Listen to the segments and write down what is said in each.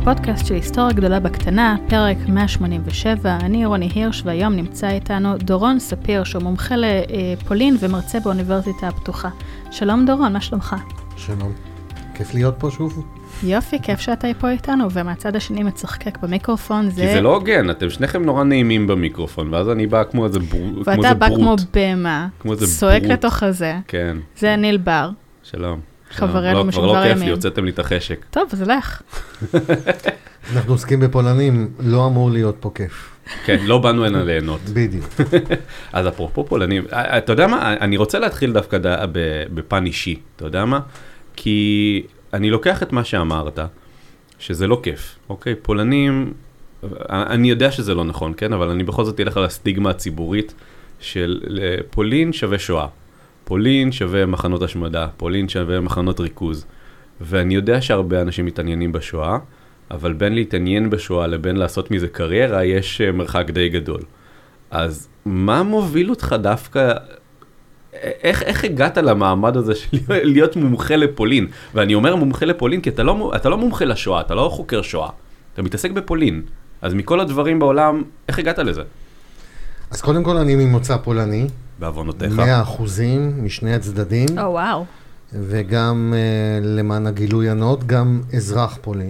הפודקאסט של היסטוריה גדולה בקטנה, פרק 187. אני רוני הירש, והיום נמצא איתנו דורון ספיר, שהוא מומחה לפולין ומרצה באוניברסיטה הפתוחה. שלום דורון, מה שלומך? שלום, כיף להיות פה שוב. יופי, כיף שאתה פה איתנו, ומהצד השני מצחקק במיקרופון. כי זה לא הוגן, אתם שניכם נורא נעימים במיקרופון, ואז אני בא כמו איזה ברוט. ואתה בא כמו במה, צועק לתוך הזה. כן. זה ניל בר. שלום. חברנו משום כבר דבר לא כיף ימים. לי, הוצאתם לי את החשק. טוב, אז לך. אנחנו עוסקים בפולנים, לא אמור להיות פה כיף. כן, לא באנו הנה ליהנות. בדיוק. אז אפרופו פולנים, אתה יודע מה? אני רוצה להתחיל דווקא בפן אישי, אתה יודע מה? כי אני לוקח את מה שאמרת, שזה לא כיף, אוקיי? פולנים, אני יודע שזה לא נכון, כן? אבל אני בכל זאת אלך על הסטיגמה הציבורית של פולין שווה שואה. פולין שווה מחנות השמדה, פולין שווה מחנות ריכוז. ואני יודע שהרבה אנשים מתעניינים בשואה, אבל בין להתעניין בשואה לבין לעשות מזה קריירה, יש מרחק די גדול. אז מה מוביל אותך דווקא, איך הגעת למעמד הזה של להיות מומחה לפולין? ואני אומר מומחה לפולין כי אתה לא מומחה לשואה, אתה לא חוקר שואה, אתה מתעסק בפולין. אז מכל הדברים בעולם, איך הגעת לזה? אז קודם כל אני ממוצא פולני. בעוונותיך. 100% משני הצדדים. וואו. וגם למען הגילוי הנאות, גם אזרח פולין.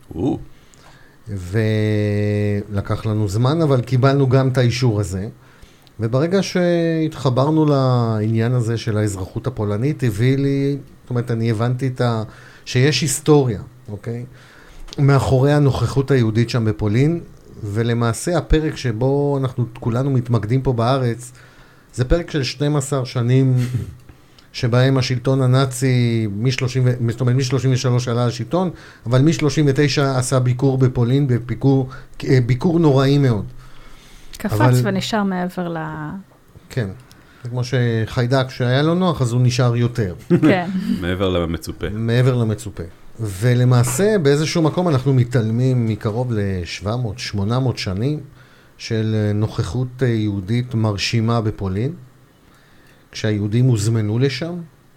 ולקח לנו זמן, אבל קיבלנו גם את האישור הזה. וברגע שהתחברנו לעניין הזה של האזרחות הפולנית, הביא לי, זאת אומרת, אני הבנתי שיש היסטוריה, אוקיי? מאחורי הנוכחות היהודית שם בפולין, ולמעשה הפרק שבו אנחנו כולנו מתמקדים פה בארץ, זה פרק של 12 שנים שבהם השלטון הנאצי, זאת אומרת, מ-33 עלה לשלטון, אבל מ-39 עשה ביקור בפולין, ביקור נוראי מאוד. קפץ ונשאר מעבר ל... כן, זה כמו שחיידק שהיה לו נוח, אז הוא נשאר יותר. כן. מעבר למצופה. מעבר למצופה. ולמעשה, באיזשהו מקום אנחנו מתעלמים מקרוב ל-700-800 שנים של נוכחות יהודית מרשימה בפולין, כשהיהודים הוזמנו לשם,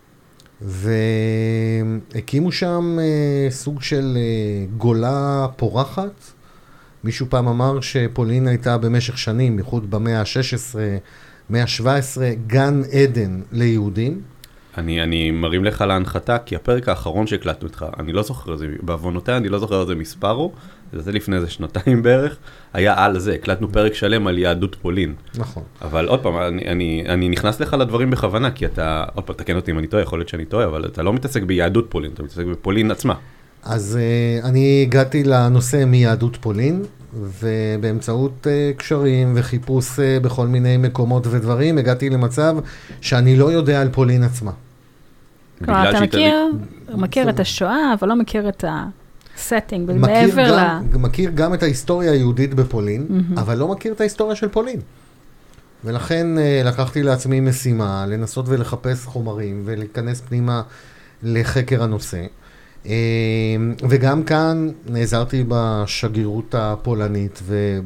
והקימו שם סוג של גולה פורחת. מישהו פעם אמר שפולין הייתה במשך שנים, בייחוד במאה ה-16, מאה ה-17, גן עדן ליהודים. אני מרים לך להנחתה, כי הפרק האחרון שהקלטנו איתך, אני לא זוכר איזה, בעוונותיה אני לא זוכר איזה מספר הוא, זה לפני איזה 2 בערך, היה על זה, הקלטנו פרק שלם על יהדות פולין. נכון. אבל עוד פעם, אני נכנס לך לדברים בכוונה, כי אתה, עוד פעם, תקן אותי אם אני טועה, יכול להיות שאני טועה, אבל אתה לא מתעסק ביהדות פולין, אתה מתעסק בפולין עצמה. אז אני הגעתי לנושא מיהדות פולין, ובאמצעות קשרים וחיפוש בכל מיני מקומות ודברים, הגעתי למצב שאני לא יודע על פולין עצמה. כלומר, אתה מכיר את השואה, אבל לא מכיר את הסטינג, מעבר ל... מכיר גם את ההיסטוריה היהודית בפולין, אבל לא מכיר את ההיסטוריה של פולין. ולכן לקחתי לעצמי משימה, לנסות ולחפש חומרים, ולהיכנס פנימה לחקר הנושא. וגם כאן נעזרתי בשגרירות הפולנית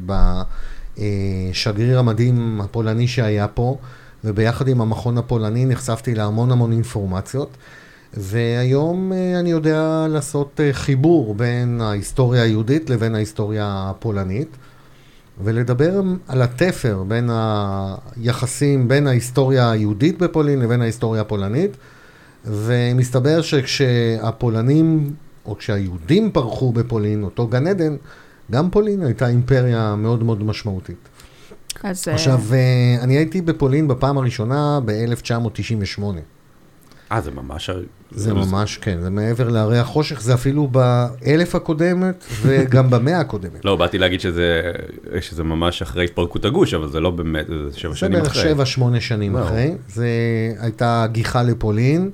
ובשגריר המדהים הפולני שהיה פה, וביחד עם המכון הפולני נחשפתי להמון אינפורמציות, והיום אני יודע לעשות חיבור בין ההיסטוריה היהודית לבין ההיסטוריה הפולנית, ולדבר על התפר בין היחסים בין ההיסטוריה היהודית בפולין לבין ההיסטוריה הפולנית, ומסתבר שכשהפולנים, או כשהיהודים פרחו בפולין, אותו גן עדן, גם פולין הייתה אימפריה מאוד משמעותית. עכשיו, אני הייתי בפולין בפעם הראשונה ב-1998. זה ממש... זה ממש, כן, זה מעבר להרי החושך, זה אפילו ב-1000 הקודמת וגם ב-100 הקודמת. לא, באתי להגיד שזה ממש אחרי התפרקות הגוש, אבל זה לא באמת, זה 7 שנים אחרי. זה בערך 7-8 שנים אחרי. זה הייתה גיחה לפולין,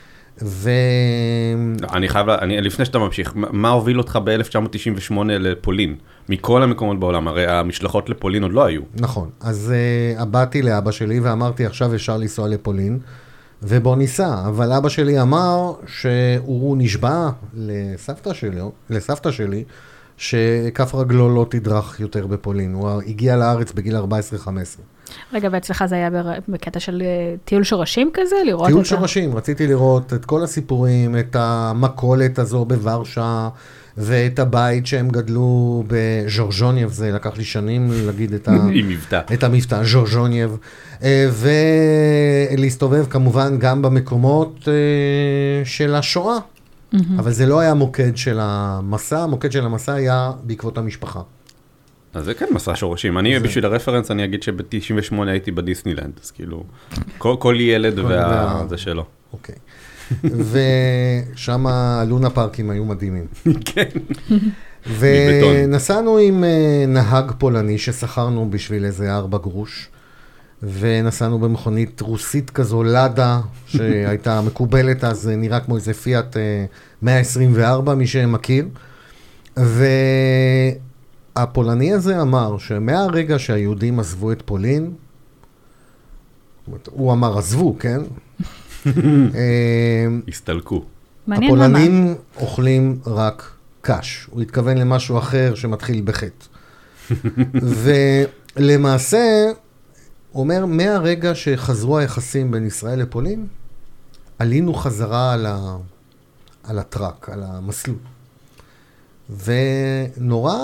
אני חייב, לפני שאתה ממשיך, מה הוביל אותך ב-1998 לפולין? מכל המקומות בעולם, הרי המשלחות לפולין עוד לא היו. נכון, אז באתי לאבא שלי ואמרתי, עכשיו אפשר לנסוע לפולין, ובוא ניסע, אבל אבא שלי אמר שהוא נשבע לסבתא שלי, שכף רגלו לא תדרך יותר בפולין. הוא הגיע לארץ בגיל 14-15. רגע, ואצלך זה היה בקטע של טיול שורשים כזה? טיול שורשים, רציתי לראות את כל הסיפורים, את המקולת הזו בוורשה, ואת הבית שהם גדלו בז'ורג'ונייב, זה לקח לי שנים להגיד את המבטא, ז'ורג'ונייב, ולהסתובב כמובן גם במקומות של השואה, אבל זה לא היה מוקד של המסע, המוקד של המסע היה בעקבות המשפחה. אז זה כן מסע שורשים. אני, בשביל הרפרנס, אני אגיד שב-98 הייתי בדיסנילנד, אז כאילו, כל ילד זה שלו. אוקיי. ושם הלונה פארקים היו מדהימים. כן. ונסענו עם נהג פולני ששכרנו בשביל איזה 4 גרוש, ונסענו במכונית רוסית כזו, לדה, שהייתה מקובלת, אז נראה כמו איזה פיאט 124, מי שמכיר. והפולני הזה אמר שמהרגע שהיהודים עזבו את פולין, הוא אמר עזבו, כן? הסתלקו. הפולנים אוכלים רק קש. הוא התכוון למשהו אחר שמתחיל בחטא. ולמעשה, הוא אומר, מהרגע שחזרו היחסים בין ישראל לפולין, עלינו חזרה על הטרק, על המסלול. ונורא,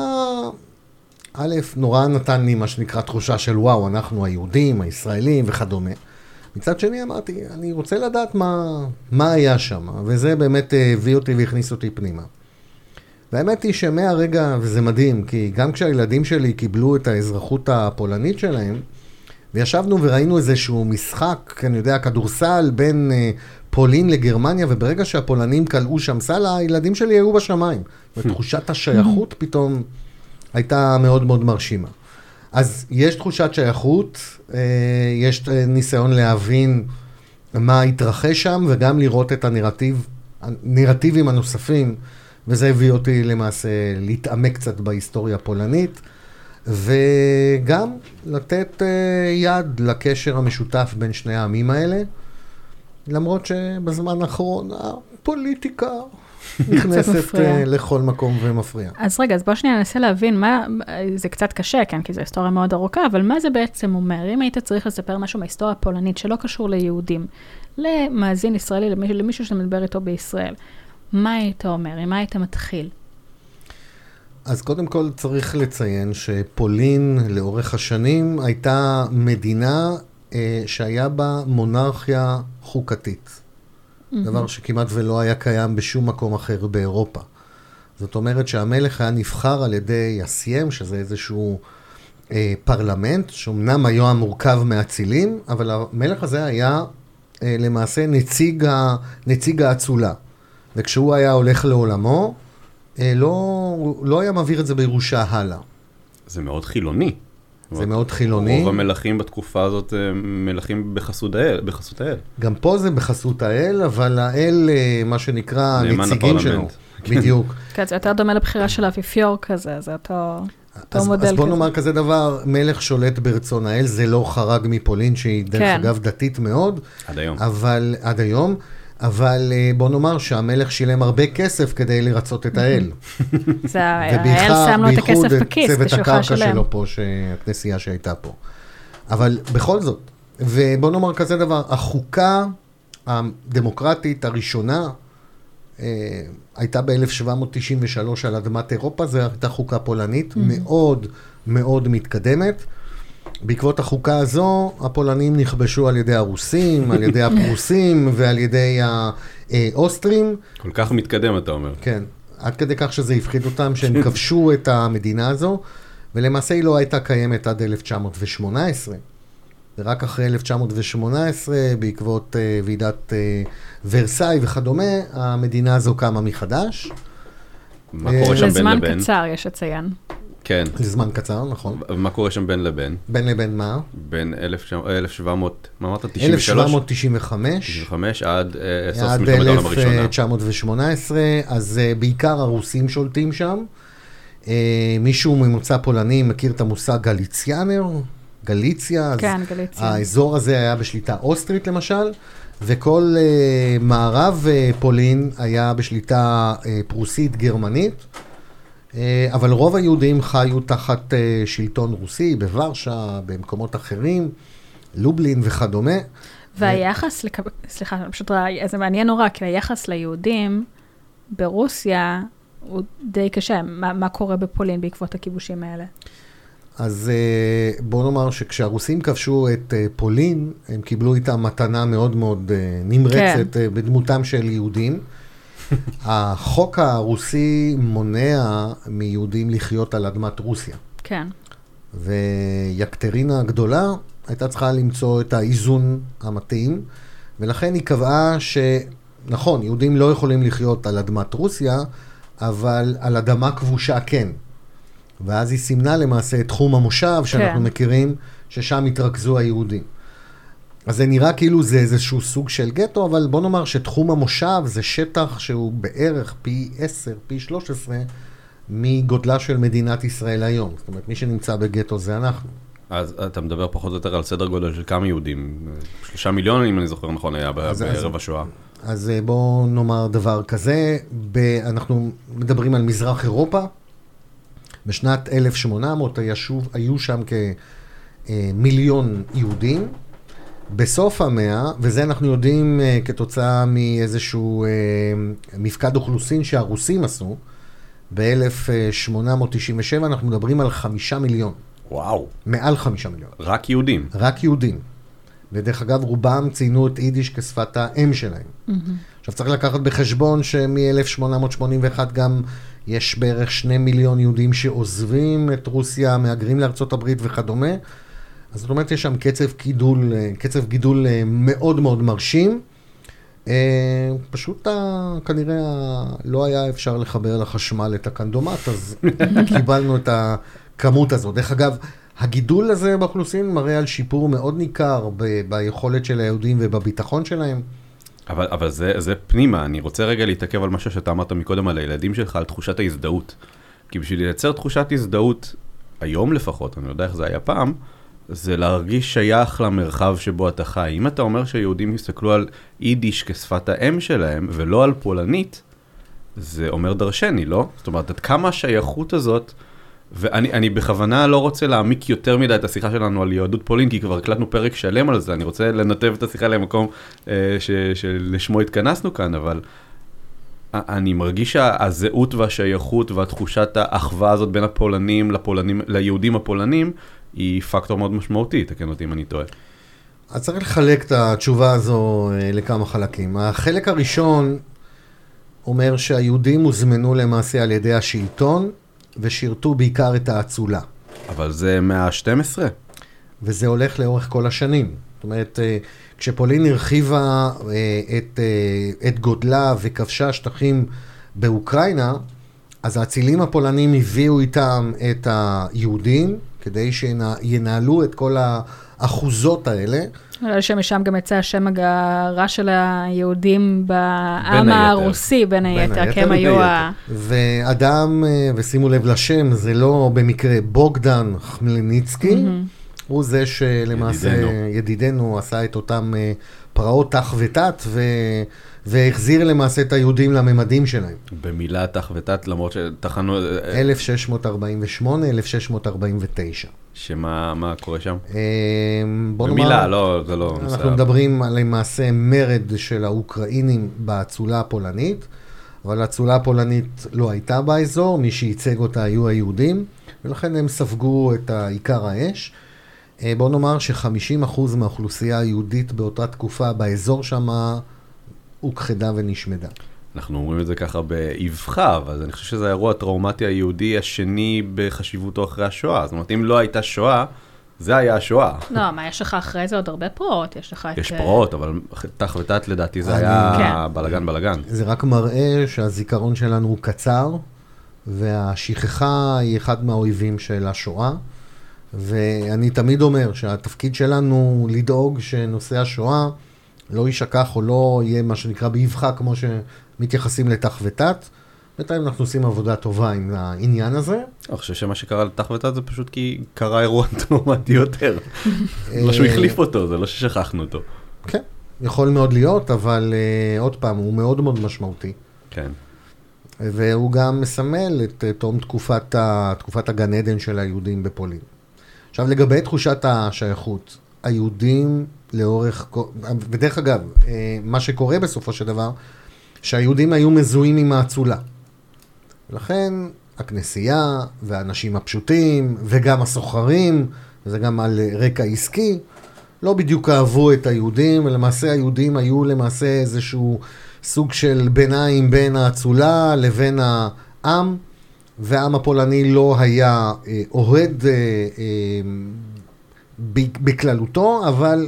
נורא נתן לי מה שנקרא תחושה של וואו, אנחנו היהודים, הישראלים וכדומה. מצד שני אמרתי, אני רוצה לדעת מה היה שם, וזה באמת הביא אותי והכניס אותי פנימה. והאמת היא שמהרגע, וזה מדהים, כי גם כשהילדים שלי קיבלו את האזרחות הפולנית שלהם, וישבנו וראינו איזשהו משחק, אני יודע, כדורסל בין פולין לגרמניה, וברגע שהפולנים קלעו שם סל, הילדים שלי היו בשמיים. ותחושת השייכות פתאום הייתה מאוד מאוד מרשימה. אז יש תחושת שייכות, יש ניסיון להבין מה התרחש שם, וגם לראות את הנרטיבים הנוספים, וזה הביא אותי למעשה להתעמק קצת בהיסטוריה הפולנית, וגם לתת יד לקשר המשותף בין שני העמים האלה, למרות שבזמן האחרון הפוליטיקה נכנסת לכל מקום ומפריעה. אז רגע, אז בוא שנייה ננסה להבין מה, זה קצת קשה, כן, כי זו היסטוריה מאוד ארוכה, אבל מה זה בעצם אומר? אם היית צריך לספר משהו מההיסטוריה הפולנית שלא קשור ליהודים, למאזין ישראלי, למישהו שמדבר איתו בישראל, מה היית אומר? עם מה היית מתחיל? אז קודם כל צריך לציין שפולין לאורך השנים הייתה מדינה שהיה בה מונרכיה חוקתית. דבר שכמעט ולא היה קיים בשום מקום אחר באירופה. זאת אומרת שהמלך היה נבחר על ידי הסיים, שזה איזשהו פרלמנט, שאומנם היה מורכב מהצילים, אבל המלך הזה היה למעשה נציג האצולה. וכשהוא היה הולך לעולמו, לא היה מעביר את זה בירושה הלאה. זה מאוד חילוני. זה מאוד חילוני. רוב המלכים בתקופה הזאת מלכים בחסות האל. גם פה זה בחסות האל, אבל האל, מה שנקרא, הנציגים שלו. בדיוק. כן, זה יותר דומה לבחירה של האפיפיור כזה, זה אותו מודל כזה. אז בוא נאמר כזה דבר, מלך שולט ברצון האל, זה לא חרג מפולין, שהיא דרך אגב דתית מאוד. עד היום. אבל בוא נאמר שהמלך שילם הרבה כסף כדי לרצות את האל. האל שם לו את הכסף בכיס, צוות הקרקע שלו פה, הכנסייה שהייתה פה. אבל בכל זאת, ובוא נאמר כזה דבר, החוקה הדמוקרטית הראשונה הייתה ב-1793 על אדמת אירופה, זו הייתה חוקה פולנית מאוד מאוד מתקדמת. בעקבות החוקה הזו, הפולנים נכבשו על ידי הרוסים, על ידי הפרוסים ועל ידי האוסטרים. כל כך מתקדם, אתה אומר. כן, עד כדי כך שזה הפחיד אותם, שהם כבשו את המדינה הזו, ולמעשה היא לא הייתה קיימת עד 1918. ורק אחרי 1918, בעקבות ועידת ורסאי וכדומה, המדינה הזו קמה מחדש. מה קורה שם בין לזמן לבין? קצר, יש לציין. כן. לזמן קצר, נכון. מה קורה שם בין לבין? בין לבין מה? בין 1700, מה אמרת? 1795 עד סוף מלחמת העולם הראשונה. 1918, אז בעיקר הרוסים שולטים שם. מישהו ממוצא פולני מכיר את המושג גליציאנר? גליציה? כן, גליציה. האזור הזה היה בשליטה אוסטרית למשל, וכל מערב פולין היה בשליטה פרוסית גרמנית. אבל רוב היהודים חיו תחת שלטון רוסי, בוורשה, במקומות אחרים, לובלין וכדומה. והיחס, סליחה, פשוט זה מעניין נורא, כי היחס ליהודים ברוסיה הוא די קשה. מה קורה בפולין בעקבות הכיבושים האלה? אז בוא נאמר שכשהרוסים כבשו את פולין, הם קיבלו איתם מתנה מאוד מאוד נמרצת בדמותם של יהודים. החוק הרוסי מונע מיהודים לחיות על אדמת רוסיה. כן. ויקטרינה הגדולה הייתה צריכה למצוא את האיזון המתאים, ולכן היא קבעה שנכון, יהודים לא יכולים לחיות על אדמת רוסיה, אבל על אדמה כבושה כן. ואז היא סימנה למעשה את תחום המושב שאנחנו מכירים, ששם התרכזו היהודים. אז זה נראה כאילו זה איזשהו סוג של גטו, אבל בוא נאמר שתחום המושב זה שטח שהוא בערך פי 10, פי 13, מגודלה של מדינת ישראל היום. זאת אומרת, מי שנמצא בגטו זה אנחנו. אז אתה מדבר פחות או יותר על סדר גודל של כמה יהודים? 3 מיליון, אם אני זוכר נכון, היה בערב השואה. אז בואו נאמר דבר כזה, אנחנו מדברים על מזרח אירופה, בשנת 1800 היו שם כמיליון יהודים, בסוף המאה, וזה אנחנו יודעים כתוצאה מאיזשהו מפקד אוכלוסין שהרוסים עשו, ב-1897 אנחנו מדברים על 5 מיליון. וואו. מעל 5 מיליון. רק יהודים. רק יהודים. ודרך אגב, רובם ציינו את יידיש כשפת האם שלהם. עכשיו צריך לקחת בחשבון שמ-1881 גם יש בערך 2 מיליון יהודים שעוזבים את רוסיה, מהגרים לארצות הברית וכדומה. אז זאת אומרת, יש שם קצב גידול מאוד מאוד מרשים. פשוט כנראה לא היה אפשר לחבר לחשמל את הקנדומט, אז קיבלנו את הכמות הזאת. דרך אגב, הגידול הזה באוכלוסין מראה על שיפור מאוד ניכר ביכולת של היהודים ובביטחון שלהם. אבל זה פנימה, אני רוצה רגע להתעכב על משהו שאתה אמרת מקודם על הילדים שלך, על תחושת ההזדהות. כי בשביל לייצר תחושת הזדהות, היום לפחות, אני יודע איך זה היה פעם, זה להרגיש שייך למרחב שבו אתה חי. אם אתה אומר שיהודים יסתכלו על יידיש כשפת האם שלהם, ולא על פולנית, זה אומר דרשני, לא? זאת אומרת, עד כמה השייכות הזאת, ואני בכוונה לא רוצה להעמיק יותר מדי את השיחה שלנו על יהדות פולין, כי כבר הקלטנו פרק שלם על זה, אני רוצה לנתב את השיחה למקום שלשמו התכנסנו כאן, אבל אני מרגיש שהזהות והשייכות והתחושת האחווה הזאת בין הפולנים ליהודים הפולנים, היא פקטור מאוד משמעותי, תקן אותי אם אני טועה. אז צריך לחלק את התשובה הזו לכמה חלקים. החלק הראשון אומר שהיהודים הוזמנו למעשה על ידי השלטון, ושירתו בעיקר את האצולה. אבל זה מה-12. וזה הולך לאורך כל השנים. זאת אומרת, כשפולין הרחיבה את גודלה וכבשה שטחים באוקראינה, אז האצילים הפולנים הביאו איתם את היהודים, כדי שינהלו את כל האחוזות האלה. אולי שמשם גם יצא השם הרע של היהודים בעם הרוסי, בין היתר, כי הם היו ואדם, ושימו לב לשם, זה לא במקרה בוגדן חמלניצקי, הוא זה שלמעשה ידידנו עשה את אותם פרעות תח ותת, והחזיר למעשה את היהודים לממדים שלהם. במילה תח ותת, למרות שתחנו... 1648, 1649. שמה קורה שם? במילה, לא, זה לא... אנחנו מדברים על למעשה מרד של האוקראינים באצולה הפולנית, אבל האצולה הפולנית לא הייתה באזור, מי שייצג אותה היו היהודים, ולכן הם ספגו את עיקר האש. בוא נאמר ש50% מהאוכלוסייה היהודית באותה תקופה באזור שמה הוכחדה ונשמדה. אנחנו אומרים את זה ככה באבחה, אבל אני חושב שזה האירוע הטראומטי היהודי השני בחשיבותו אחרי השואה. זאת אומרת, אם לא הייתה שואה, זה היה השואה. לא, מה, יש לך אחרי זה עוד הרבה פרעות? יש פרעות, אבל תח ותת לדעתי זה היה בלגן. זה רק מראה שהזיכרון שלנו הוא קצר, והשכחה היא אחד מהאויבים של השואה. ואני תמיד אומר שהתפקיד שלנו לדאוג שנושא השואה לא יישכח או לא יהיה מה שנקרא באבחה כמו שמתייחסים לתח ותת. בינתיים אנחנו עושים עבודה טובה עם העניין הזה. אני חושב שמה שקרה לתח ותת זה פשוט כי קרה אירוע טראומטי יותר. לא שהוא החליף אותו, זה לא ששכחנו אותו. כן, יכול מאוד להיות, אבל עוד פעם, הוא מאוד מאוד משמעותי. כן. והוא גם מסמל את תום תקופת הגן עדן של היהודים בפולין. עכשיו, לגבי תחושת השייכות, היהודים לאורך, ודרך אגב, מה שקורה בסופו של דבר, שהיהודים היו מזוהים עם האצולה. לכן הכנסייה והאנשים הפשוטים וגם הסוחרים, וזה גם על רקע עסקי, לא בדיוק אהבו את היהודים, ולמעשה היהודים היו למעשה איזשהו סוג של ביניים בין האצולה לבין העם, והעם הפולני לא היה אוהד בכללותו, אבל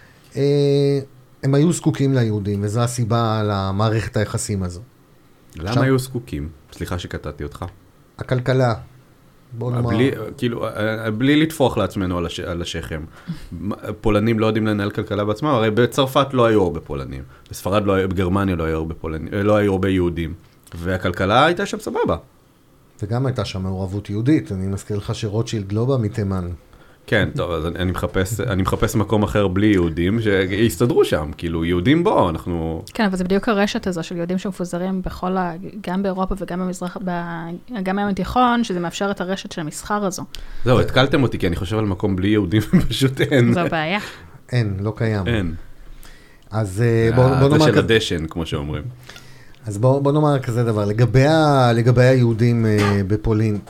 הם היו זקוקים ליהודים, וזו הסיבה למערכת היחסים הזו. למה היו זקוקים? סליחה שקטעתי אותך. הכלכלה. בוא נאמר... בלי לתפוח לעצמנו על השכם. פולנים לא יודעים לנהל כלכלה בעצמם, הרי בצרפת לא היו הרבה פולנים, בספרד לא היו, בגרמניה לא היו הרבה יהודים, והכלכלה הייתה שם סבבה. וגם הייתה שם מעורבות יהודית, אני מזכיר לך שרוטשילד לא בא מתימן. כן, טוב, אז אני מחפש מקום אחר בלי יהודים, שיסתדרו שם, כאילו, יהודים בו, אנחנו... כן, אבל זה בדיוק הרשת הזו של יהודים שמפוזרים גם באירופה וגם במזרח, גם בים התיכון, שזה מאפשר את הרשת של המסחר הזו. זהו, התקלתם אותי, כי אני חושב על מקום בלי יהודים, פשוט אין. זו בעיה. אין, לא קיים. אין. אז בוא נאמר... זה של הדשן, כמו שאומרים. אז בוא נאמר כזה דבר, לגבי היהודים בפולין,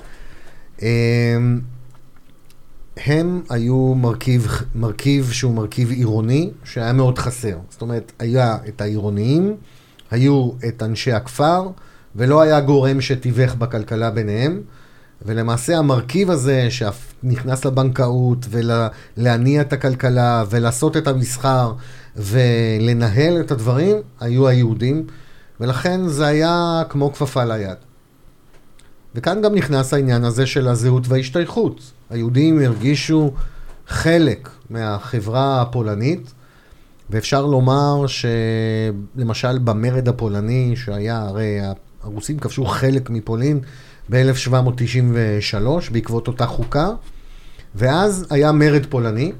הם היו מרכיב שהוא מרכיב עירוני, שהיה מאוד חסר. זאת אומרת, היה את העירוניים, היו את אנשי הכפר, ולא היה גורם שתיווך בכלכלה ביניהם, ולמעשה המרכיב הזה שנכנס לבנקאות, ולהניע את הכלכלה, ולעשות את המסחר, ולנהל את הדברים, היו היהודים, ולכן זה היה כמו כפפה ליד. וכאן גם נכנס העניין הזה של הזהות וההשתייכות. היהודים הרגישו חלק מהחברה הפולנית, ואפשר לומר שלמשל במרד הפולני שהיה, הרי הרוסים כבשו חלק מפולין ב-1793 בעקבות אותה חוקה, ואז היה מרד פולני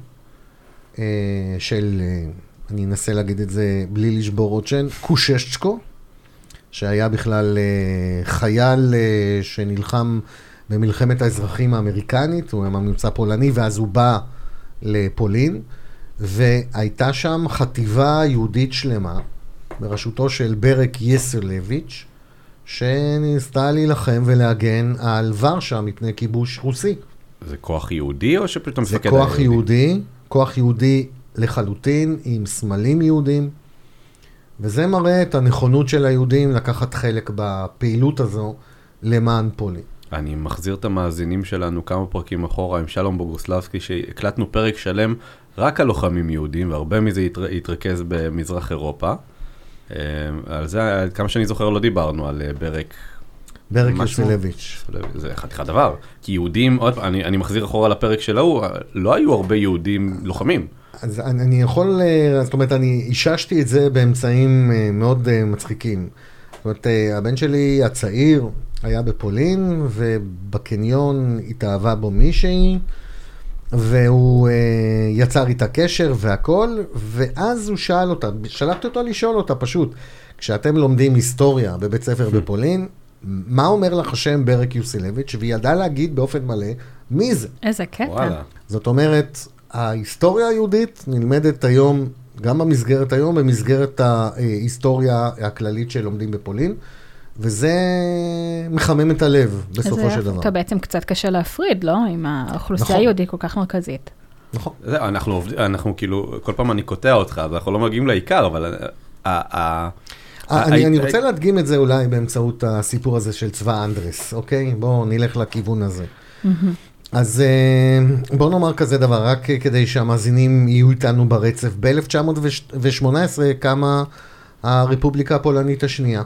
של, אני אנסה להגיד את זה בלי לשבור עוד שם, קוששצ'קו, שהיה בכלל חייל שנלחם במלחמת האזרחים האמריקנית, הוא היה ממוצא פולני, ואז הוא בא לפולין, והייתה שם חטיבה יהודית שלמה, בראשותו של ברק יסלביץ', שניסתה להילחם ולהגן על ורשה מפני כיבוש רוסי. זה כוח יהודי או שפתאום מפקד היהודי? זה כוח יהודי, כוח יהודי לחלוטין, עם סמלים יהודים, וזה מראה את הנכונות של היהודים לקחת חלק בפעילות הזו למען פולין. אני מחזיר את המאזינים שלנו כמה פרקים אחורה עם שלום בוגוסלבסקי, שהקלטנו פרק שלם רק על לוחמים יהודים, והרבה מזה התרכז במזרח אירופה. על זה, כמה שאני זוכר, לא דיברנו על ברק יוסלביץ'. זה חתיכת דבר. כי יהודים, עוד, אני מחזיר אחורה לפרק של ההוא, לא היו הרבה יהודים לוחמים. אז אני יכול, זאת אומרת, אני איששתי את זה באמצעים מאוד מצחיקים. זאת אומרת, הבן שלי הצעיר היה בפולין, ובקניון התאהבה בו מישהי, והוא יצר איתה קשר והכל, ואז הוא שאל אותה, שלחתי אותו לשאול אותה פשוט, כשאתם לומדים היסטוריה בבית ספר בפולין, מה אומר לך השם ברק יוסלביץ', והיא ידעה להגיד באופן מלא, מי זה? איזה קטע. זאת אומרת, ההיסטוריה היהודית נלמדת היום, גם במסגרת היום, במסגרת ההיסטוריה הכללית שלומדים בפולין, וזה מחמם את הלב בסופו של דבר. אתה בעצם קצת קשה להפריד, לא? עם האוכלוסייה היהודית כל כך מרכזית. נכון. אנחנו כאילו, כל פעם אני קוטע אותך, אז אנחנו לא מגיעים לעיקר, אבל... אני רוצה להדגים את זה אולי באמצעות הסיפור הזה של צבא אנדרס, אוקיי? בואו נלך לכיוון הזה. אז בואו נאמר כזה דבר, רק כדי שהמאזינים יהיו איתנו ברצף. ב-1918 קמה הרפובליקה הפולנית השנייה.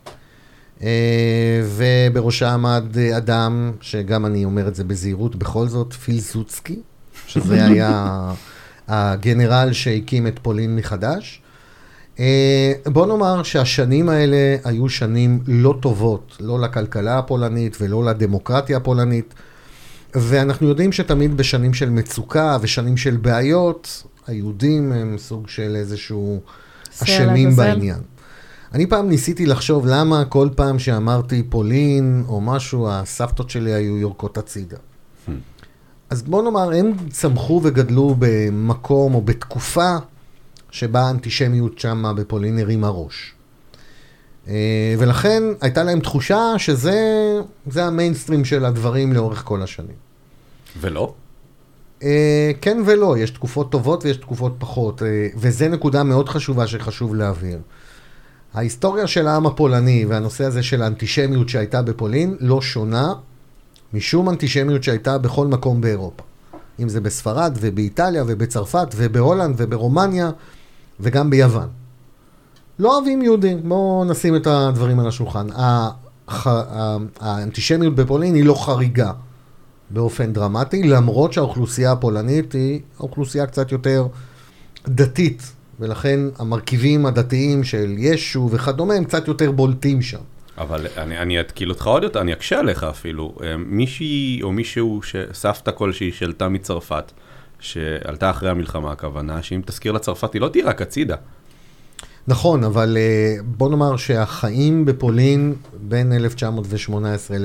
ובראשה עמד אדם, שגם אני אומר את זה בזהירות בכל זאת, פילסוצקי, שזה היה הגנרל שהקים את פולין מחדש. בוא נאמר שהשנים האלה היו שנים לא טובות, לא לכלכלה הפולנית ולא לדמוקרטיה הפולנית, ואנחנו יודעים שתמיד בשנים של מצוקה ושנים של בעיות, היהודים הם סוג של איזשהו אשמים בעניין. אני פעם ניסיתי לחשוב למה כל פעם שאמרתי פולין או משהו, הסבתות שלי היו יורקות הצידה. אז בוא נאמר, הם צמחו וגדלו במקום או בתקופה שבה האנטישמיות שם בפולין הרימה ראש. ולכן הייתה להם תחושה שזה המיינסטרים של הדברים לאורך כל השנים. ולא? כן ולא, יש תקופות טובות ויש תקופות פחות, וזה נקודה מאוד חשובה שחשוב להבהיר. ההיסטוריה של העם הפולני והנושא הזה של האנטישמיות שהייתה בפולין לא שונה משום אנטישמיות שהייתה בכל מקום באירופה. אם זה בספרד ובאיטליה ובצרפת ובהולנד וברומניה וגם ביוון. לא אוהבים יהודים, בואו נשים את הדברים על השולחן. האנטישמיות בפולין היא לא חריגה באופן דרמטי, למרות שהאוכלוסייה הפולנית היא אוכלוסייה קצת יותר דתית, ולכן המרכיבים הדתיים של ישו וכדומה הם קצת יותר בולטים שם. אבל אני אתקיל אותך עוד יותר, אני אקשה עליך אפילו. מישהי או מישהו שסבתא כלשהי שלטה מצרפת, שעלתה אחרי המלחמה הכוונה, שאם תזכיר לצרפת היא לא תהיה רק הצידה. נכון, אבל בוא נאמר שהחיים בפולין בין 1918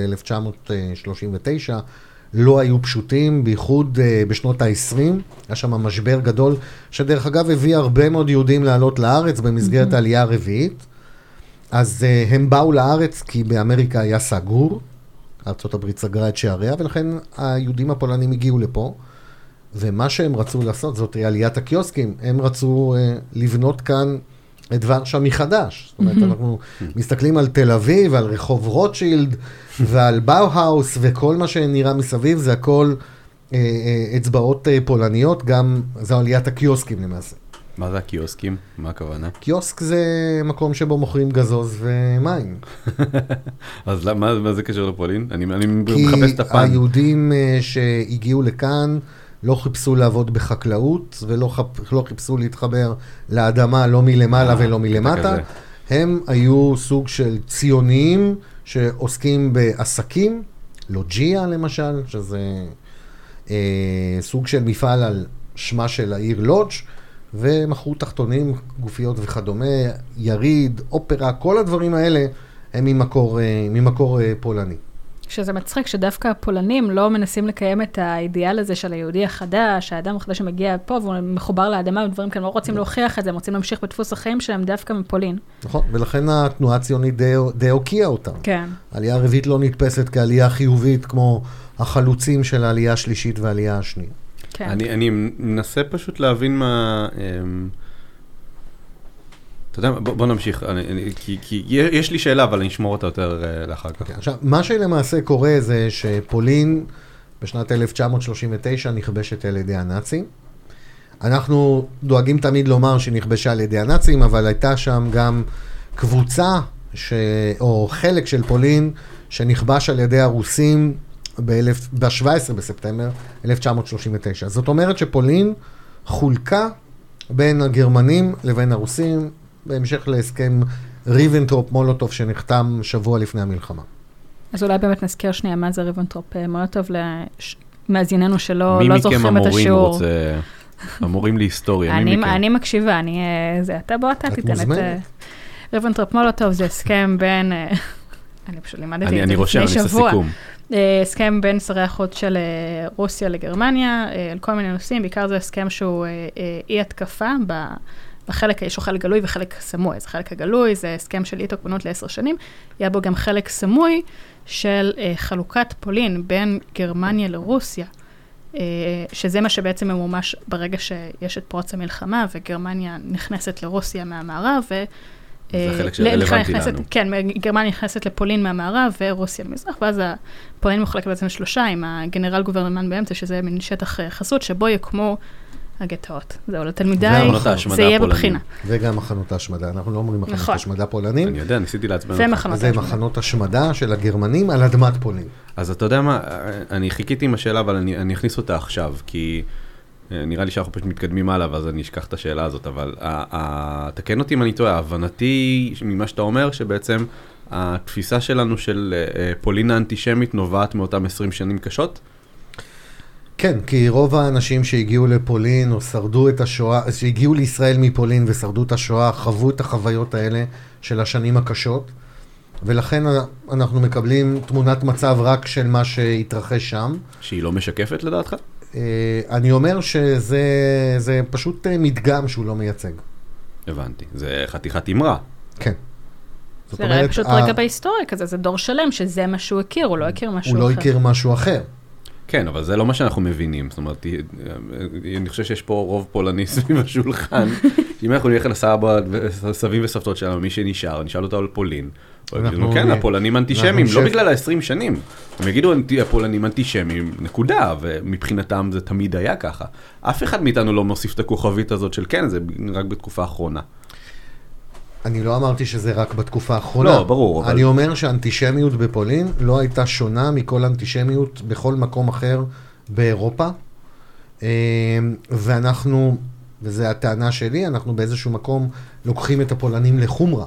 ל-1939 לא היו פשוטים, בייחוד בשנות ה-20, היה שם משבר גדול, שדרך אגב הביא הרבה מאוד יהודים לעלות לארץ במסגרת העלייה הרביעית, אז הם באו לארץ כי באמריקה היה סגור, ארצות הברית סגרה את שעריה, ולכן היהודים הפולנים הגיעו לפה, ומה שהם רצו לעשות זאת עליית הקיוסקים, הם רצו לבנות כאן את ורשה מחדש. זאת אומרת, אנחנו מסתכלים על תל אביב, על רחוב רוטשילד, ועל באוהאוס, וכל מה שנראה מסביב, זה הכל אצבעות פולניות, גם זו עליית הקיוסקים למעשה. מה זה הקיוסקים? מה הכוונה? קיוסק זה מקום שבו מוכרים גזוז ומים. אז מה זה קשר לפולין? אני מחפש את הפן. כי היהודים שהגיעו לכאן, לא חיפשו לעבוד בחקלאות, ולא חיפשו להתחבר לאדמה, לא מלמעלה ולא מלמטה. הם היו סוג של ציוניים שעוסקים בעסקים, לוג'יה למשל, שזה סוג של מפעל על שמה של העיר לודג', ומכרו תחתונים, גופיות וכדומה, יריד, אופרה, כל הדברים האלה הם ממקור פולני. שזה מצחיק שדווקא הפולנים לא מנסים לקיים את האידיאל הזה של היהודי החדש, האדם החדש שמגיע פה והוא מחובר לאדמה ודברים כאלה, לא רוצים להוכיח את זה, הם רוצים להמשיך בדפוס החיים שלהם דווקא מפולין. נכון, ולכן התנועה הציונית די הוקיעה אותם. כן. העלייה הרביעית לא נתפסת כעלייה חיובית כמו החלוצים של העלייה השלישית והעלייה השנייה. כן. אני מנסה פשוט להבין מה... אתה יודע, בוא נמשיך, כי יש לי שאלה, אבל אני אשמור אותה יותר לאחר כך. עכשיו, מה שלמעשה קורה זה שפולין בשנת 1939 נכבשת על ידי הנאצים. אנחנו דואגים תמיד לומר שנכבשה על ידי הנאצים, אבל הייתה שם גם קבוצה או חלק של פולין שנכבש על ידי הרוסים ב-17 בספטמבר 1939. זאת אומרת שפולין חולקה בין הגרמנים לבין הרוסים, בהמשך להסכם ריבנטרופ-מולוטוב שנחתם שבוע לפני המלחמה. אז אולי באמת נזכיר שנייה מה זה ריבנטרופ-מולוטוב למאזיננו שלא זוכרים את השיעור. המורים להיסטוריה, מי מכם? אני מקשיבה, אתה בוא, אתה תיתן את... ריבנטרופ-מולוטוב זה הסכם בין... אני פשוט לימדתי את זה לפני שבוע. הסכם בין שרי החוץ של רוסיה לגרמניה, על כל מיני נושאים, בעיקר זה הסכם שהוא אי התקפה בחלק, יש לו חלק גלוי וחלק סמוי. אז חלק הגלוי זה הסכם של אי תוקפנות ל10 שנים, היה בו גם חלק סמוי של חלוקת פולין בין גרמניה לרוסיה, שזה מה שבעצם ממומש ברגע שיש את פרוץ המלחמה, וגרמניה נכנסת לרוסיה מהמערב, זה חלק שרלוונטי לנו. כן, גרמניה נכנסת לפולין מהמערב ורוסיה למזרח, ואז פולין מחולק בעצם 3, עם הגנרל גוברנמן באמצע, שזה מין שטח חסות, שבו יקמו הגטאות. זהו, לתלמידי, זה יהיה בבחינה. וגם מחנות ההשמדה, אנחנו לא אומרים מחנות השמדה פולנים. אני יודע, ניסיתי לעצמנו. זה מחנות השמדה של הגרמנים על אדמת פולין. אז אתה יודע מה, אני חיכיתי עם השאלה, אבל אני אכניס אותה עכשיו, כי... נראה לי שאנחנו פשוט מתקדמים הלאה, ואז אני אשכח את השאלה הזאת, אבל תקן אותי אם אני טועה, הבנתי ממה שאתה אומר, שבעצם התפיסה שלנו של פולין האנטישמית נובעת מאותם 20 שנים קשות? כן, כי רוב האנשים שהגיעו לפולין או שרדו את השואה, שהגיעו לישראל מפולין ושרדו את השואה, חוו את החוויות האלה של השנים הקשות, ולכן אנחנו מקבלים תמונת מצב רק של מה שהתרחש שם. שהיא לא משקפת לדעתך? אני אומר שזה פשוט מדגם שהוא לא מייצג. הבנתי, זה חתיכת אמרה. כן. זה ראה פשוט רגע בהיסטוריה כזה, זה דור שלם שזה מה שהוא הכיר, הוא לא הכיר משהו אחר. הוא לא הכיר משהו אחר. כן, אבל זה לא מה שאנחנו מבינים. זאת אומרת, אני חושב שיש פה רוב פולני סביב השולחן. אם אנחנו נלך לסבא, סבים וסבתות שלנו, מי שנשאר, נשאל אותה על פולין. כן, הפולנים אנטישמים, לא בגלל ה-20 שנים. הם יגידו, הפולנים אנטישמים, נקודה, ומבחינתם זה תמיד היה ככה. אף אחד מאיתנו לא מוסיף את הכוכבית הזאת של כן, זה רק בתקופה האחרונה. אני לא אמרתי שזה רק בתקופה האחרונה. לא, ברור. אני אומר שהאנטישמיות בפולין לא הייתה שונה מכל אנטישמיות בכל מקום אחר באירופה. ואנחנו, וזו הטענה שלי, אנחנו באיזשהו מקום לוקחים את הפולנים לחומרה.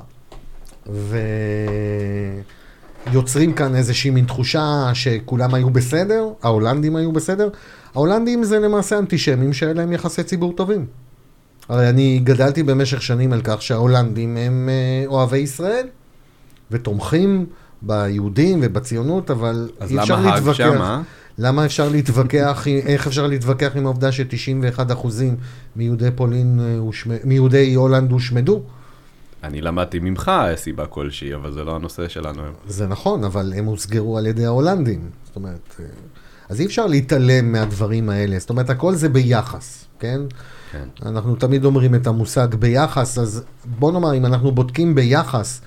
ויוצרים כאן איזושהי מין תחושה שכולם היו בסדר, ההולנדים היו בסדר. ההולנדים זה למעשה אנטישמים שאלה להם יחסי ציבור טובים. הרי אני גדלתי במשך שנים על כך שההולנדים הם אוהבי ישראל, ותומכים ביהודים ובציונות, אבל אי אפשר להתווכח. למה אפשר להתווכח, איך אפשר להתווכח עם העובדה ש91% מיהודי פולין, מיהודי הולנד הושמדו? אני למדתי ממך סיבה כלשהי, אבל זה לא הנושא שלנו. זה נכון, אבל הם הוסגרו על ידי ההולנדים. זאת אומרת, אז אי אפשר להתעלם מהדברים האלה. זאת אומרת, הכל זה ביחס, כן? כן. אנחנו תמיד אומרים את המושג ביחס, אז בוא נאמר, אם אנחנו בודקים ביחס,